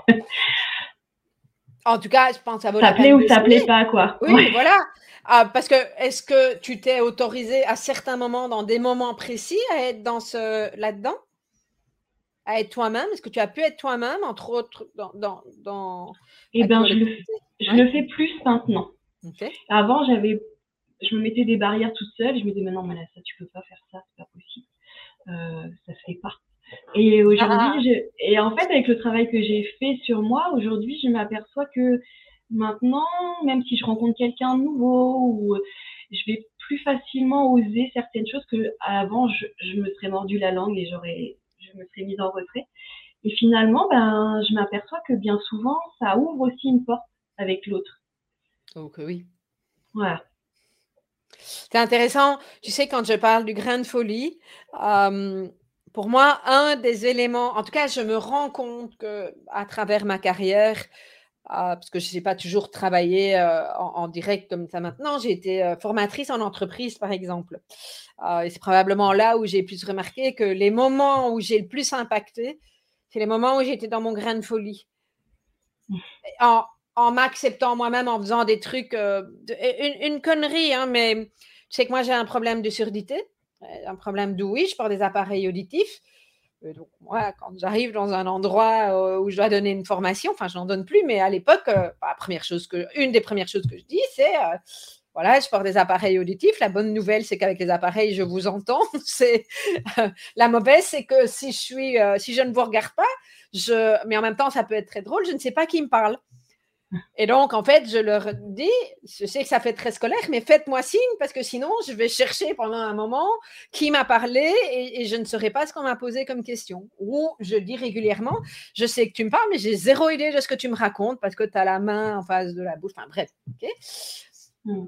En tout cas, je pense que ça vaut ça la plaît peine ou ça d'essayer. plaît pas, quoi. Oui, ouais. Voilà. Ah, parce que est-ce que tu t'es autorisé à certains moments, dans des moments précis, à être dans ce là-dedans, à être toi-même? Est-ce que tu as pu être toi-même, entre autres, dans dans, dans Eh ben, je le, je ouais. le fais plus maintenant. Okay. Avant, j'avais, je me mettais des barrières toute seule. Je me disais, mais non, mais là, ça, tu peux pas faire ça, c'est pas possible. Euh, ça se fait pas. Et aujourd'hui, ah. je, et en fait, avec le travail que j'ai fait sur moi, aujourd'hui, je m'aperçois que maintenant, même si je rencontre quelqu'un de nouveau, ou je vais plus facilement oser certaines choses que avant, je, je me serais mordu la langue et j'aurais, je me serais mise en retrait. Et finalement, ben, je m'aperçois que bien souvent, ça ouvre aussi une porte avec l'autre. Donc oui. Voilà. C'est intéressant. Tu sais, quand je parle du grain de folie, euh, pour moi, un des éléments, en tout cas, je me rends compte que à travers ma carrière, euh, parce que je n'ai pas toujours travaillé euh, en, en direct comme ça maintenant, j'ai été euh, formatrice en entreprise, par exemple. Euh, et c'est probablement là où j'ai pu remarquer que les moments où j'ai le plus impacté, c'est les moments où j'étais dans mon grain de folie. En, en m'acceptant moi-même, en faisant des trucs, euh, de, une, une connerie, hein, mais tu sais que moi j'ai un problème de surdité, un problème d'ouïe, je porte des appareils auditifs. Euh, donc moi, quand j'arrive dans un endroit euh, où je dois donner une formation, enfin je n'en donne plus, mais à l'époque, euh, la première chose que, une des premières choses que je dis, c'est euh, voilà, je porte des appareils auditifs. La bonne nouvelle, c'est qu'avec les appareils, je vous entends. C'est euh, la mauvaise, c'est que si je suis, euh, si je ne vous regarde pas, je, mais en même temps, ça peut être très drôle. Je ne sais pas qui me parle. Et donc, en fait, je leur dis, je sais que ça fait très scolaire, mais faites-moi signe parce que sinon, je vais chercher pendant un moment qui m'a parlé et, et je ne saurais pas ce qu'on m'a posé comme question. Ou je dis régulièrement, je sais que tu me parles, mais j'ai zéro idée de ce que tu me racontes parce que tu as la main en face de la bouche. Enfin, bref. Okay. Mm.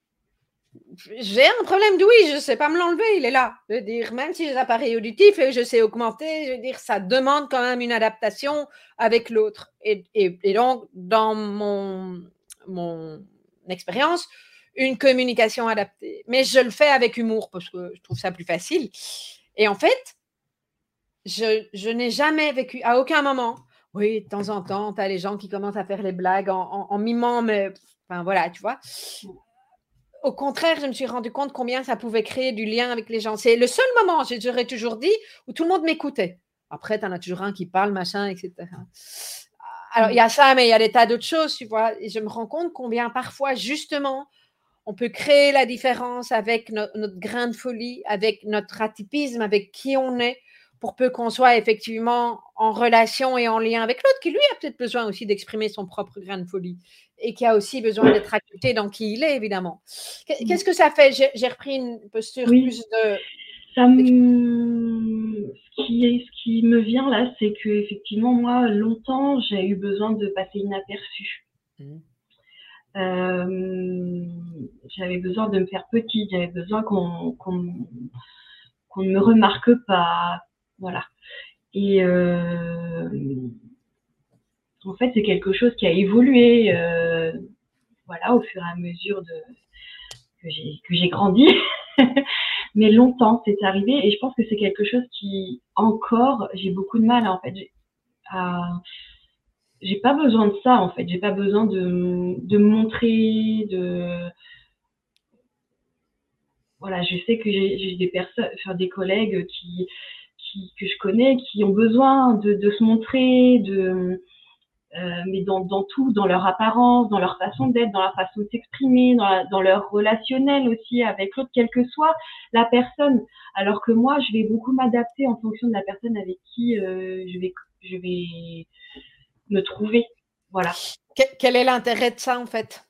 J'ai un problème d'ouïe, je ne sais pas me l'enlever, il est là. Je veux dire, même si j'ai des appareils auditifs et je sais augmenter, je veux dire, ça demande quand même une adaptation avec l'autre. Et, et, et donc, dans mon, mon expérience, une communication adaptée. Mais je le fais avec humour parce que je trouve ça plus facile. Et en fait, je, je n'ai jamais vécu, à aucun moment, oui, de temps en temps, tu as les gens qui commencent à faire les blagues en, en, en mimant, mais enfin voilà, tu vois. Au contraire, je me suis rendu compte combien ça pouvait créer du lien avec les gens. C'est le seul moment, j'aurais toujours dit, où tout le monde m'écoutait. Après, tu en as toujours un qui parle, machin, et cetera. Alors, il y a ça, mais il y a des tas d'autres choses, tu vois. Et je me rends compte combien parfois, justement, on peut créer la différence avec no- notre grain de folie, avec notre atypisme, avec qui on est, pour peu qu'on soit effectivement en relation et en lien avec l'autre, qui lui a peut-être besoin aussi d'exprimer son propre grain de folie et qui a aussi besoin d'être accepté dans qui il est, évidemment. Qu'est-ce que ça fait? J'ai, j'ai repris une posture oui. plus de... Ça me... ce, qui est, ce qui me vient là, c'est que effectivement, moi, longtemps, j'ai eu besoin de passer inaperçu. Mmh. Euh, j'avais besoin de me faire petite, j'avais besoin qu'on, qu'on, qu'on ne me remarque pas, voilà. Et euh, en fait, c'est quelque chose qui a évolué, euh, voilà, au fur et à mesure de que j'ai que j'ai grandi. Mais longtemps, c'est arrivé, et je pense que c'est quelque chose qui encore, j'ai beaucoup de mal en fait. J'ai, à, j'ai pas besoin de ça en fait. J'ai pas besoin de de montrer, de voilà. Je sais que j'ai, j'ai des personnes, enfin des collègues qui qui, que je connais qui ont besoin de, de se montrer, de, euh, mais dans, dans tout, dans leur apparence, dans leur façon d'être, dans leur façon de s'exprimer, dans, la, dans leur relationnel aussi avec l'autre, quelle que soit la personne. Alors que moi, je vais beaucoup m'adapter en fonction de la personne avec qui euh, je vais, je vais me trouver. Voilà. Quel est l'intérêt de ça, en fait?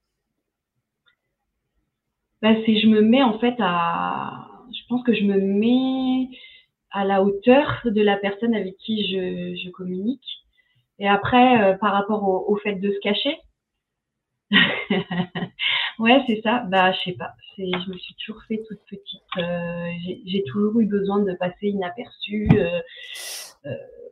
Ben, c'est je me mets en fait à, je pense que je me mets à la hauteur de la personne avec qui je, je communique. Et après, euh, par rapport au, au fait de se cacher, ouais, c'est ça. Bah, je sais pas. C'est, je me suis toujours fait toute petite. Euh, j'ai, j'ai toujours eu besoin de passer inaperçue. Euh, euh,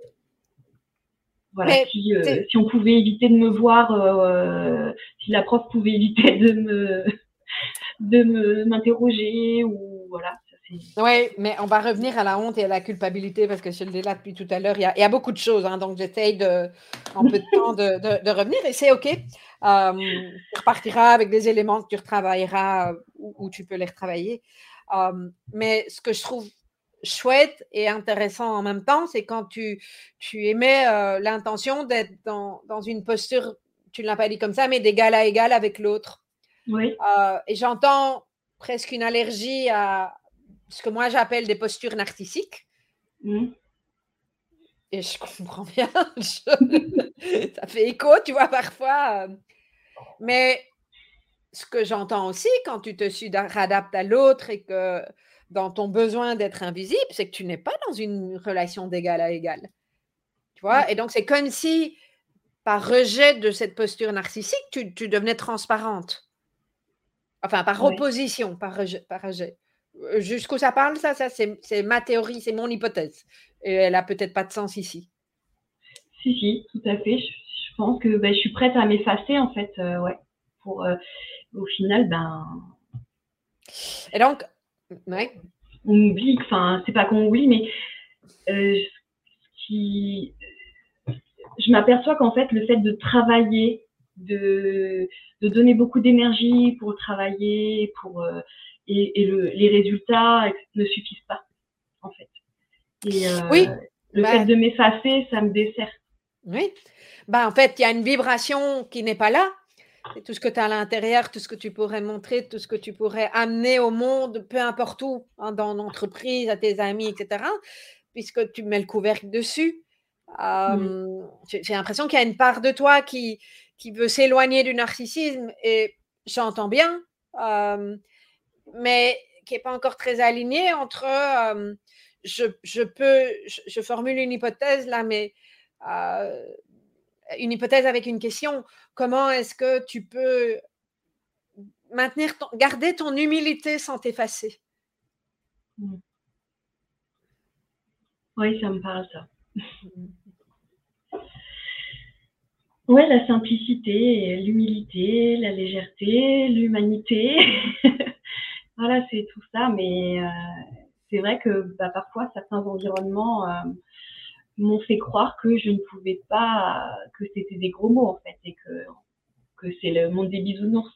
voilà. Mais si, euh, si on pouvait éviter de me voir, euh, si la prof pouvait éviter de me, de me m'interroger ou voilà. Oui, mais on va revenir à la honte et à la culpabilité parce que je le dis là depuis tout à l'heure. Il y a, il y a beaucoup de choses, hein, donc j'essaye de, en peu de temps de, de, de revenir et c'est OK. Euh, tu repartiras avec des éléments que tu retravailleras où, où tu peux les retravailler. Euh, mais ce que je trouve chouette et intéressant en même temps, c'est quand tu, tu émets euh, l'intention d'être dans, dans une posture, tu ne l'as pas dit comme ça, mais d'égal à égal avec l'autre. Oui. Euh, et j'entends presque une allergie à ce que moi j'appelle des postures narcissiques. Mmh. Et je comprends bien. Je... ça fait écho, tu vois, parfois. Mais ce que j'entends aussi quand tu te suradaptes à l'autre et que dans ton besoin d'être invisible, c'est que tu n'es pas dans une relation d'égal à égal. Tu vois? Et donc, c'est comme si, par rejet de cette posture narcissique, tu, tu devenais transparente. Enfin, par Ouais. opposition, par rejet. Par rejet. Jusqu'où ça parle, ça, ça c'est, c'est ma théorie, c'est mon hypothèse. Et elle n'a peut-être pas de sens ici. Si, si, tout à fait. Je, je pense que ben, je suis prête à m'effacer, en fait, euh, ouais. Pour, euh, au final, ben... Et donc, ouais. On oublie, enfin, c'est pas qu'on oublie, mais euh, qui... je m'aperçois qu'en fait, le fait de travailler, de, de donner beaucoup d'énergie pour travailler, pour... Euh, et, et le, les résultats ne suffisent pas, en fait. Et euh, oui, le bah, fait de m'effacer, ça me dessert. Oui. Bah, en fait, il y a une vibration qui n'est pas là. C'est tout ce que tu as à l'intérieur, tout ce que tu pourrais montrer, tout ce que tu pourrais amener au monde, peu importe où, hein, dans l'entreprise, à tes amis, et cetera, puisque tu mets le couvercle dessus. Euh, mmh. J'ai, j'ai l'impression qu'il y a une part de toi qui, qui veut s'éloigner du narcissisme, et j'entends bien, euh, mais qui n'est pas encore très alignée entre euh, je, je peux, je, je formule une hypothèse là, mais euh, une hypothèse avec une question. Comment est-ce que tu peux maintenir ton, garder ton humilité sans t'effacer? Mmh. Oui, ça me parle, ça. Ouais, la simplicité, l'humilité, la légèreté, l'humanité. Voilà, c'est tout ça, mais euh, c'est vrai que bah, parfois certains environnements euh, m'ont fait croire que je ne pouvais pas, que c'était des gros mots en fait, et que, que c'est le monde des bisounours.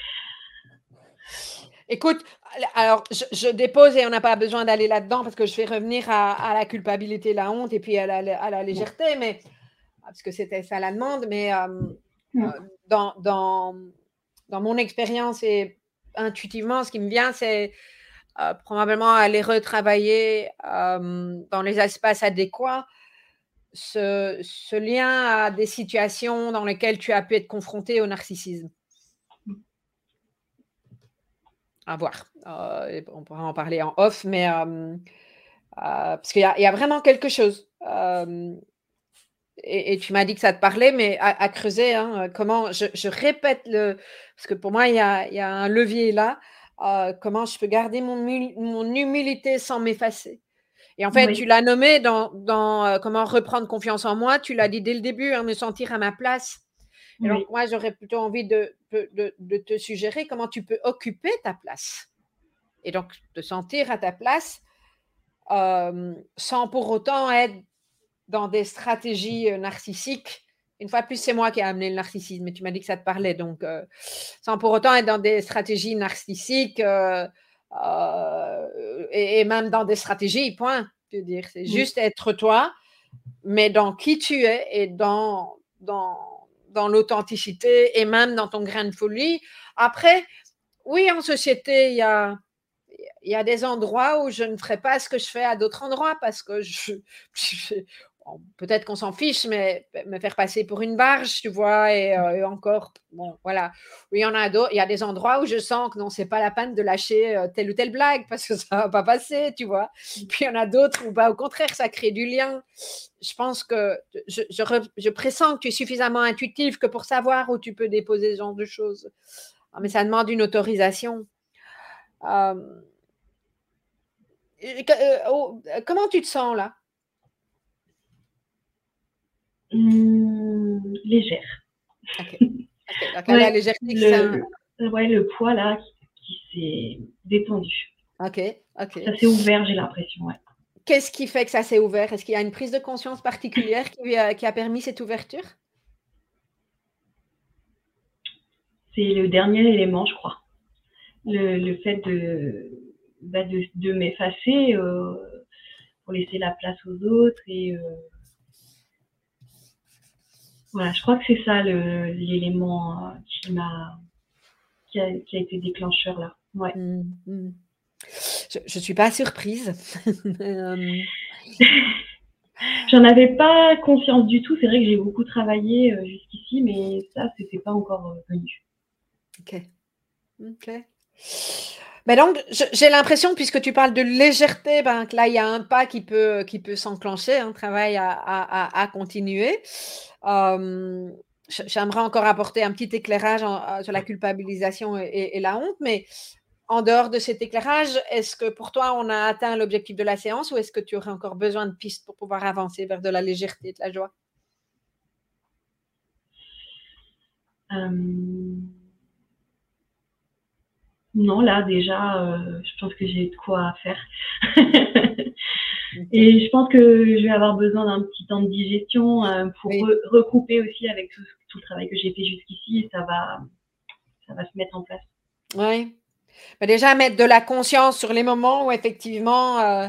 Écoute, alors je, je dépose et on n'a pas besoin d'aller là-dedans parce que je vais revenir à, à la culpabilité, la honte et puis à la, à la légèreté, mais parce que c'était ça la demande, mais euh, mmh. euh, dans, dans, dans mon expérience et intuitivement, ce qui me vient, c'est euh, probablement aller retravailler euh, dans les espaces adéquats ce, ce lien à des situations dans lesquelles tu as pu être confronté au narcissisme. À voir. Euh, on pourra en parler en off, mais euh, euh, parce qu'il y a, il y a vraiment quelque chose. Euh, et, et tu m'as dit que ça te parlait, mais à, à creuser, hein, comment je, je répète le. Parce que pour moi, il y a, il y a un levier là. Euh, comment je peux garder mon, mon humilité sans m'effacer. Et en fait, oui. Tu l'as nommé dans, dans euh, comment reprendre confiance en moi. Tu l'as dit dès le début, hein, me sentir à ma place. Et oui. Donc, moi, j'aurais plutôt envie de, de, de te suggérer comment tu peux occuper ta place. Et donc, te sentir à ta place euh, sans pour autant être dans des stratégies narcissiques. Une fois de plus, c'est moi qui ai amené le narcissisme, mais tu m'as dit que ça te parlait. Donc, euh, sans pour autant être dans des stratégies narcissiques euh, euh, et, et même dans des stratégies, point. Je veux dire, c'est Oui. juste être toi, mais dans qui tu es et dans, dans, dans l'authenticité et même dans ton grain de folie. Après, oui, en société, il y a, il y a des endroits où je ne ferai pas ce que je fais à d'autres endroits parce que je, je bon, peut-être qu'on s'en fiche, mais me faire passer pour une barge, tu vois, et, euh, et encore, bon, voilà. Oui, il y en a d'autres, il y a des endroits où je sens que non, c'est pas la peine de lâcher euh, telle ou telle blague parce que ça va pas passer, tu vois. Puis il y en a d'autres où, bah, au contraire, ça crée du lien. Je pense que je, je, je pressens que tu es suffisamment intuitif que pour savoir où tu peux déposer ce genre de choses. Mais ça demande une autorisation. Euh, euh, oh, comment tu te sens là? Mmh, légère. Ok. Okay. Donc, ouais, la légèreté, le, ça... ouais, le poids là qui, qui s'est détendu. Ok, ok. Ça s'est ouvert, j'ai l'impression. Ouais. Qu'est-ce qui fait que ça s'est ouvert? Est-ce qu'il y a une prise de conscience particulière qui a, qui a permis cette ouverture? C'est le dernier élément, je crois. Le, le fait de, bah de, de m'effacer euh, pour laisser la place aux autres. Et euh, voilà, je crois que c'est ça le, l'élément qui m'a qui a, qui a été déclencheur là. Ouais. Mmh, mmh. Je ne suis pas surprise. um... J'en avais pas conscience du tout. C'est vrai que j'ai beaucoup travaillé euh, jusqu'ici, mais ça, c'était pas encore euh, venu. Ok. Ok. Ben donc, j'ai l'impression, puisque tu parles de légèreté, ben, que là, il y a un pas qui peut, qui peut s'enclencher, un travail à, à, à continuer. Euh, J'aimerais encore apporter un petit éclairage en, sur la culpabilisation et, et, et la honte, mais en dehors de cet éclairage, est-ce que pour toi, on a atteint l'objectif de la séance ou est-ce que tu aurais encore besoin de pistes pour pouvoir avancer vers de la légèreté et de la joie? Euh... Non, là, déjà, euh, je pense que j'ai de quoi faire. Et je pense que je vais avoir besoin d'un petit temps de digestion euh, pour Oui. re recouper aussi avec tout, tout le travail que j'ai fait jusqu'ici et ça va, ça va se mettre en place. Oui. Mais déjà, mettre de la conscience sur les moments où effectivement euh,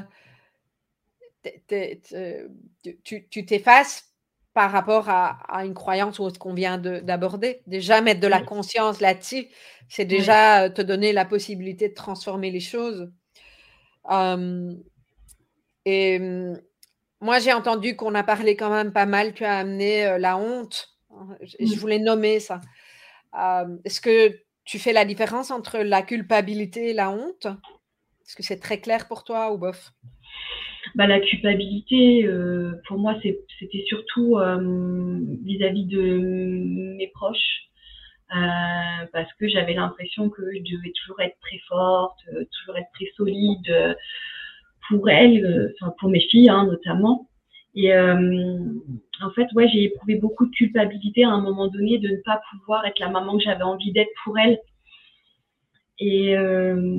tu t'effaces par rapport à, à une croyance ou ce qu'on vient d'aborder. Déjà, mettre de la Oui. conscience là-dessus, c'est déjà oui. te donner la possibilité de transformer les choses. Euh, et moi, j'ai entendu qu'on a parlé quand même pas mal, tu as amené euh, la honte. Je, je voulais nommer ça. Euh, Est-ce que tu fais la différence entre la culpabilité et la honte? Est-ce que c'est très clair pour toi ou bof? Bah, la culpabilité, euh, pour moi, c'était surtout euh, vis-à-vis de mes proches. Euh, parce que j'avais l'impression que je devais toujours être très forte, euh, toujours être très solide euh, pour elles, euh, enfin pour mes filles hein, notamment. Et euh, en fait, ouais, j'ai éprouvé beaucoup de culpabilité à un moment donné de ne pas pouvoir être la maman que j'avais envie d'être pour elles. Et euh,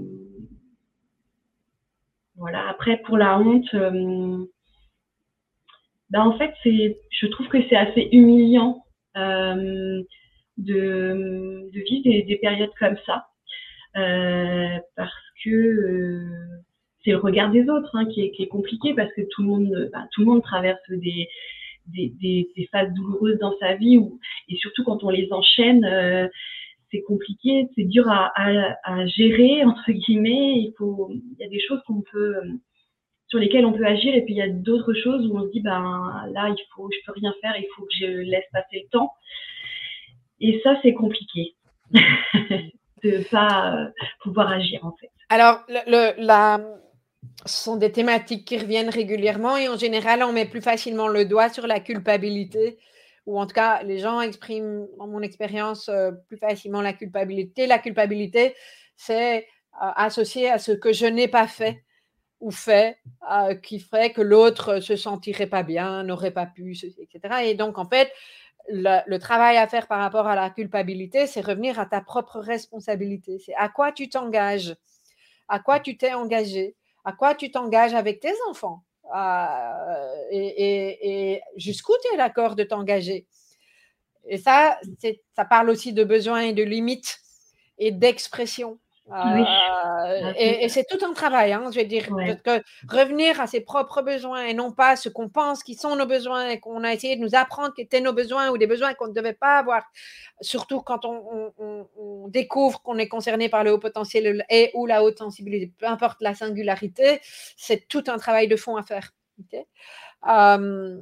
voilà. Après, pour la honte, euh, ben en fait, c'est, je trouve que c'est assez humiliant euh, de, de vivre des, des périodes comme ça. Euh, parce que euh, c'est le regard des autres hein, qui, est, qui est compliqué parce que tout le monde, bah, tout le monde traverse des, des, des, des phases douloureuses dans sa vie où, et surtout quand on les enchaîne, euh, c'est compliqué, c'est dur à, à, à gérer entre guillemets. Il faut, il y a des choses qu'on peut, sur lesquelles on peut agir et puis il y a d'autres choses où on se dit ben là il faut, je peux rien faire, il faut que je laisse passer le temps. Et ça c'est compliqué. de pas euh, pouvoir agir en fait. Alors, le, le, la, ce sont des thématiques qui reviennent régulièrement et en général, on met plus facilement le doigt sur la culpabilité ou en tout cas, les gens expriment, dans mon expérience, euh, plus facilement la culpabilité. La culpabilité, c'est euh, associé à ce que je n'ai pas fait ou fait euh, qui ferait que l'autre se sentirait pas bien, n'aurait pas pu, et cetera. Et donc, en fait, Le, le travail à faire par rapport à la culpabilité, c'est revenir à ta propre responsabilité. C'est à quoi tu t'engages, à quoi tu t'es engagé, à quoi tu t'engages avec tes enfants euh, et, et, et jusqu'où tu es d'accord de t'engager. Et ça, ça parle aussi de besoins et de limites et d'expression. Oui. Euh, Ah, c'est et et ça. c'est tout un travail, hein, je veux dire, Ouais. parce que revenir à ses propres besoins et non pas ce qu'on pense qui sont nos besoins et qu'on a essayé de nous apprendre qui étaient nos besoins ou des besoins qu'on ne devait pas avoir, surtout quand on, on- on- on découvre qu'on est concerné par le haut potentiel et ou la haute sensibilité, peu importe la singularité, c'est tout un travail de fond à faire. Ok. Euh,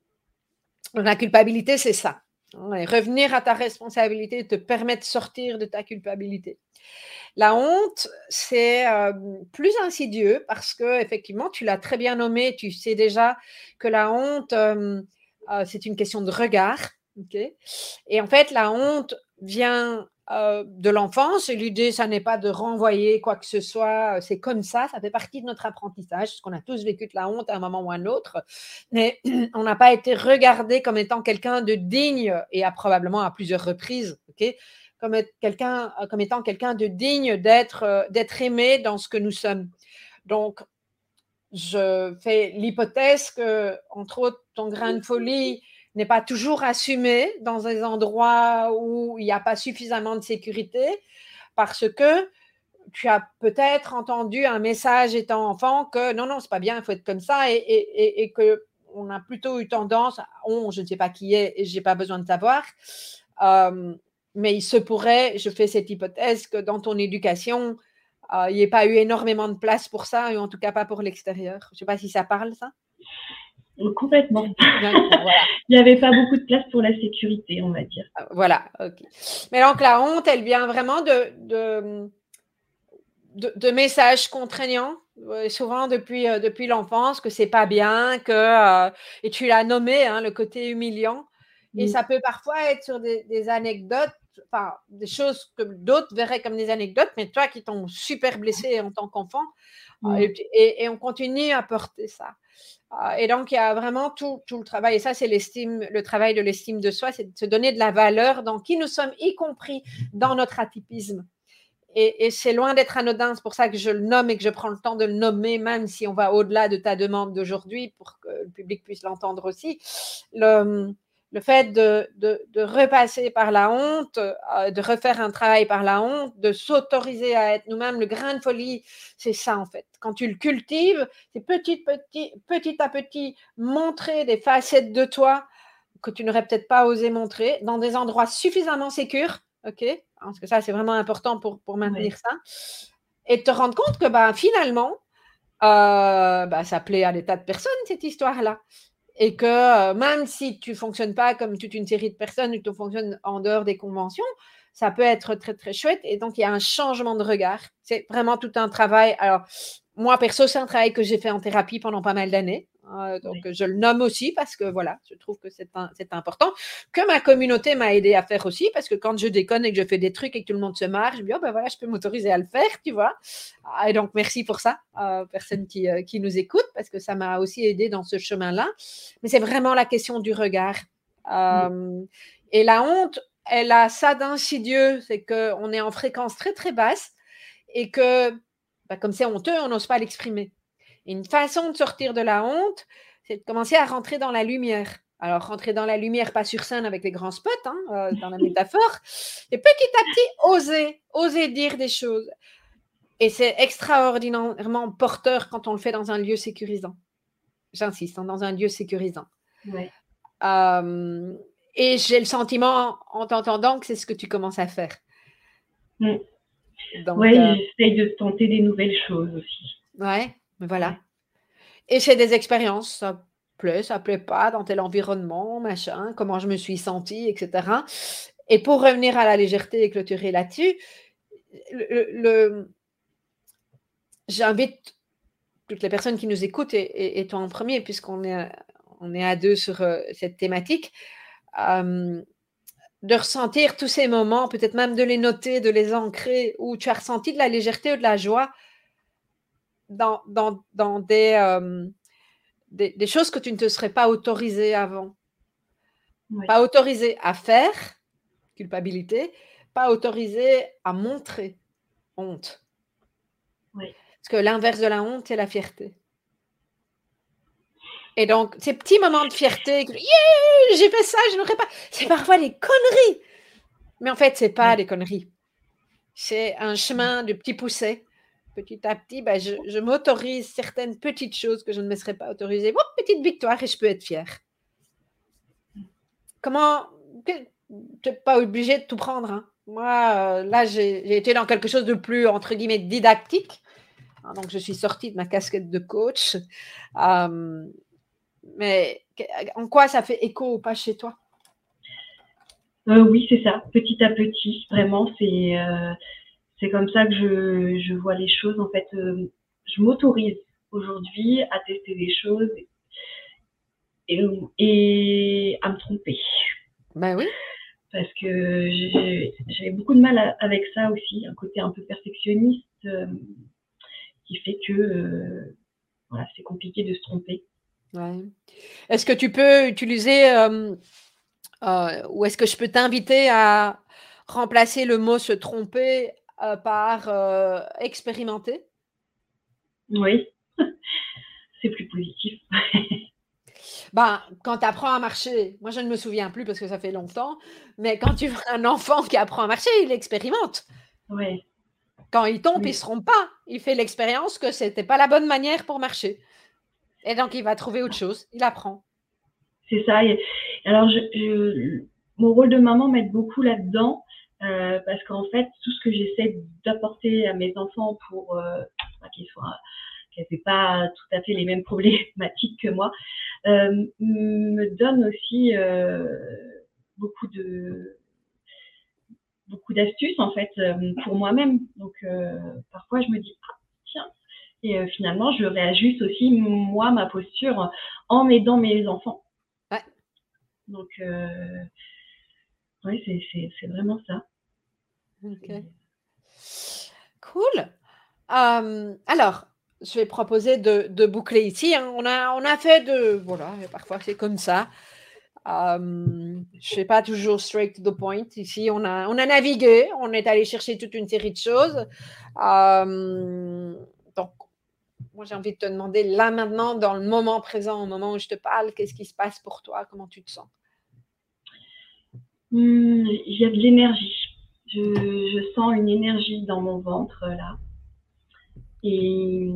la culpabilité, c'est ça. Ouais, revenir à ta responsabilité te permet de sortir de ta culpabilité. La honte, c'est euh, plus insidieux parce que effectivement, tu l'as très bien nommé, tu sais déjà que la honte, euh, euh, c'est une question de regard. Okay. Et en fait, la honte vient euh, de l'enfance et l'idée, ça n'est pas de renvoyer quoi que ce soit, c'est comme ça, ça fait partie de notre apprentissage, parce qu'on a tous vécu de la honte à un moment ou à un autre, mais on n'a pas été regardé comme étant quelqu'un de digne et à probablement à plusieurs reprises, ok, comme quelqu'un, comme étant quelqu'un de digne d'être, euh, d'être aimé dans ce que nous sommes. Donc, je fais l'hypothèse que, entre autres, ton grain de folie n'est pas toujours assumé dans des endroits où il n'y a pas suffisamment de sécurité, parce que tu as peut-être entendu un message étant enfant que non, non, c'est pas bien, il faut être comme ça, et, et, et, et que on a plutôt eu tendance, on, je ne sais pas qui est et je n'ai pas besoin de savoir, euh, mais il se pourrait, je fais cette hypothèse, que dans ton éducation, euh, il n'y ait pas eu énormément de place pour ça, et en tout cas pas pour l'extérieur. Je ne sais pas si ça parle, ça. Complètement. Voilà. Il n'y avait pas beaucoup de place pour la sécurité, on va dire. Voilà, ok. Mais donc la honte, elle vient vraiment de, de, de, de messages contraignants, euh, souvent depuis, euh, depuis l'enfance, que c'est pas bien, que, euh, et tu l'as nommé, hein, le côté humiliant. Et Mm. ça peut parfois être sur des, des anecdotes, enfin, des choses que d'autres verraient comme des anecdotes, mais toi qui t'ont super blessé en tant qu'enfant, Mm. et, et, et on continue à porter ça. Et donc, il y a vraiment tout, tout le travail, et ça, c'est l'estime, le travail de l'estime de soi, c'est de se donner de la valeur dans qui nous sommes, y compris dans notre atypisme. Et, et c'est loin d'être anodin, c'est pour ça que je le nomme et que je prends le temps de le nommer, même si on va au-delà de ta demande d'aujourd'hui, pour que le public puisse l'entendre aussi. Le, le fait de, de, de repasser par la honte, euh, de refaire un travail par la honte, de s'autoriser à être nous-mêmes, le grain de folie, c'est ça en fait. Quand tu le cultives, c'est petit, petit, petit à petit montrer des facettes de toi que tu n'aurais peut-être pas osé montrer dans des endroits suffisamment sécures, ok, parce que ça c'est vraiment important pour, pour maintenir Ouais. ça, et te rendre compte que bah, finalement, euh, bah, ça plaît à des tas de personnes cette histoire-là. Et que euh, même si tu ne fonctionnes pas comme toute une série de personnes, ou que tu fonctionnes en dehors des conventions, ça peut être très, très chouette. Et donc, il y a un changement de regard. C'est vraiment tout un travail. Alors, moi, perso, c'est un travail que j'ai fait en thérapie pendant pas mal d'années. Euh, donc, Oui. je le nomme aussi parce que, voilà, je trouve que c'est, un, c'est important. Que ma communauté m'a aidé à faire aussi, parce que quand je déconne et que je fais des trucs et que tout le monde se marre, je me dis, oh ben voilà, je peux m'autoriser à le faire, tu vois. Et donc, merci pour ça, euh, personnes qui, euh, qui nous écoutent, parce que ça m'a aussi aidé dans ce chemin-là. Mais c'est vraiment la question du regard. Euh, oui. Et la honte, elle a ça d'insidieux, c'est qu'on est en fréquence très, très basse et que, bah, comme c'est honteux, on n'ose pas l'exprimer. Et une façon de sortir de la honte, c'est de commencer à rentrer dans la lumière. Alors, rentrer dans la lumière, pas sur scène avec les grands spots, hein, euh, dans la métaphore, et petit à petit, oser, oser dire des choses. Et c'est extraordinairement porteur quand on le fait dans un lieu sécurisant. J'insiste, hein, dans un lieu sécurisant. Ouais. Euh, et j'ai le sentiment, en t'entendant, que c'est ce que tu commences à faire. Mm. Oui, euh... j'essaye de tenter des nouvelles choses aussi. Ouais, voilà. Ouais. Et c'est des expériences, ça plaît, ça plaît pas, dans tel environnement, machin, comment je me suis sentie, et cetera. Et pour revenir à la légèreté et clôturer là-dessus, le, le, j'invite toutes les personnes qui nous écoutent, et, et, et toi en premier, puisqu'on est, on est à deux sur euh, cette thématique, euh, de ressentir tous ces moments, peut-être même de les noter, de les ancrer, où tu as ressenti de la légèreté ou de la joie dans, dans, dans des, euh, des, des choses que tu ne te serais pas autorisé avant. Ouais. Pas autorisé à faire, culpabilité, pas autorisé à montrer, honte. Ouais. Parce que l'inverse de la honte, c'est la fierté. Et donc, ces petits moments de fierté, yeah, j'ai fait ça, je n'aurais pas. C'est parfois des conneries. Mais en fait, c'est pas ouais. des conneries. c'est un chemin de petits poussets. Petit à petit, ben, je, je m'autorise certaines petites choses que je ne me serais pas autorisée. Bon, petite victoire et je peux être fière. Comment... Tu n'es pas obligé de tout prendre. Hein. Moi, euh, là, j'ai, j'ai été dans quelque chose de plus, entre guillemets, didactique. Donc, je suis sortie de ma casquette de coach. Euh, mais en quoi ça fait écho ou pas chez toi? euh, Oui, c'est ça. Petit à petit, vraiment, c'est... Euh... C'est comme ça que je, je vois les choses. En fait, euh, je m'autorise aujourd'hui à tester des choses et, et à me tromper. Ben oui. Parce que j'ai, j'avais beaucoup de mal à, avec ça aussi, un côté un peu perfectionniste euh, qui fait que euh, voilà, c'est compliqué de se tromper. Ouais. Est-ce que tu peux utiliser euh, euh, ou est-ce que je peux t'inviter à remplacer le mot se tromper euh, par euh, expérimenter? Oui, c'est plus positif. Ben, quand tu apprends à marcher, moi je ne me souviens plus parce que ça fait longtemps, mais quand tu vois un enfant qui apprend à marcher, il expérimente. Ouais. Quand il tombe, Oui. il ne se trompe pas. Il fait l'expérience que ce n'était pas la bonne manière pour marcher. Et donc, il va trouver autre chose. Il apprend. C'est ça. Et alors, je, je, mon rôle de maman m'aide beaucoup là-dedans euh, parce qu'en fait, tout ce que j'essaie d'apporter à mes enfants pour euh, qu'ils soient qu'elles n'aient pas tout à fait les mêmes problématiques que moi, euh, me donne aussi euh, beaucoup de beaucoup d'astuces en fait euh, pour moi-même. Donc euh, parfois je me dis ah tiens et euh, finalement je réajuste aussi moi ma posture en aidant mes enfants. Ouais. Donc euh, oui c'est, c'est, c'est vraiment ça. Ok. Cool. Euh, alors, je vais proposer de, de boucler ici. Hein. On a, on a fait de... Voilà, parfois c'est comme ça. Euh, je ne fais pas toujours straight to the point. Ici, on a, on a navigué. On est allé chercher toute une série de choses. Euh, donc, moi, j'ai envie de te demander, là, maintenant, dans le moment présent, au moment où je te parle, qu'est-ce qui se passe pour toi? Comment tu te sens? Hum, il y a de l'énergie. Je, je sens une énergie dans mon ventre, là. Et...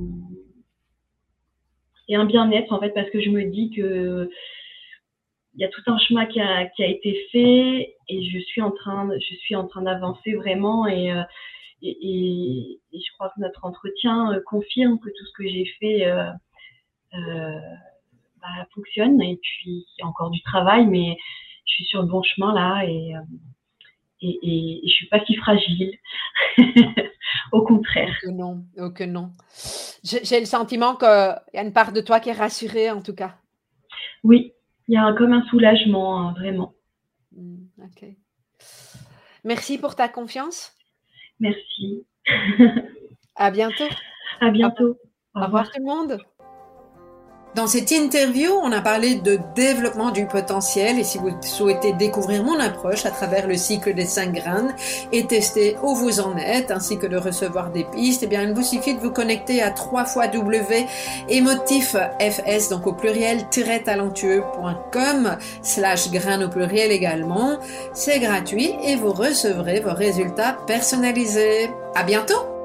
et un bien-être en fait parce que je me dis que il y a tout un chemin qui a, qui a été fait et je suis en train je suis en train d'avancer vraiment et, euh, et, et, et je crois que notre entretien euh, confirme que tout ce que j'ai fait euh, euh, bah, fonctionne et puis il y a encore du travail mais je suis sur le bon chemin là et et, et, et je suis pas si fragile. Au contraire. Oh que non, oh que non. J'ai, j'ai le sentiment qu'il y a une part de toi qui est rassurée, en tout cas. Oui, il y a un, comme un soulagement, hein, vraiment. Mm, ok. Merci pour ta confiance. Merci. À bientôt. À bientôt. Au revoir, Au revoir tout le monde. Dans cette interview, on a parlé de développement du potentiel et si vous souhaitez découvrir mon approche à travers le cycle des cinq graines et tester où vous en êtes ainsi que de recevoir des pistes, eh bien, il vous suffit de vous connecter à w w w point émotifs, donc au pluriel, talentueux point com slash graines au pluriel également. C'est gratuit et vous recevrez vos résultats personnalisés. À bientôt!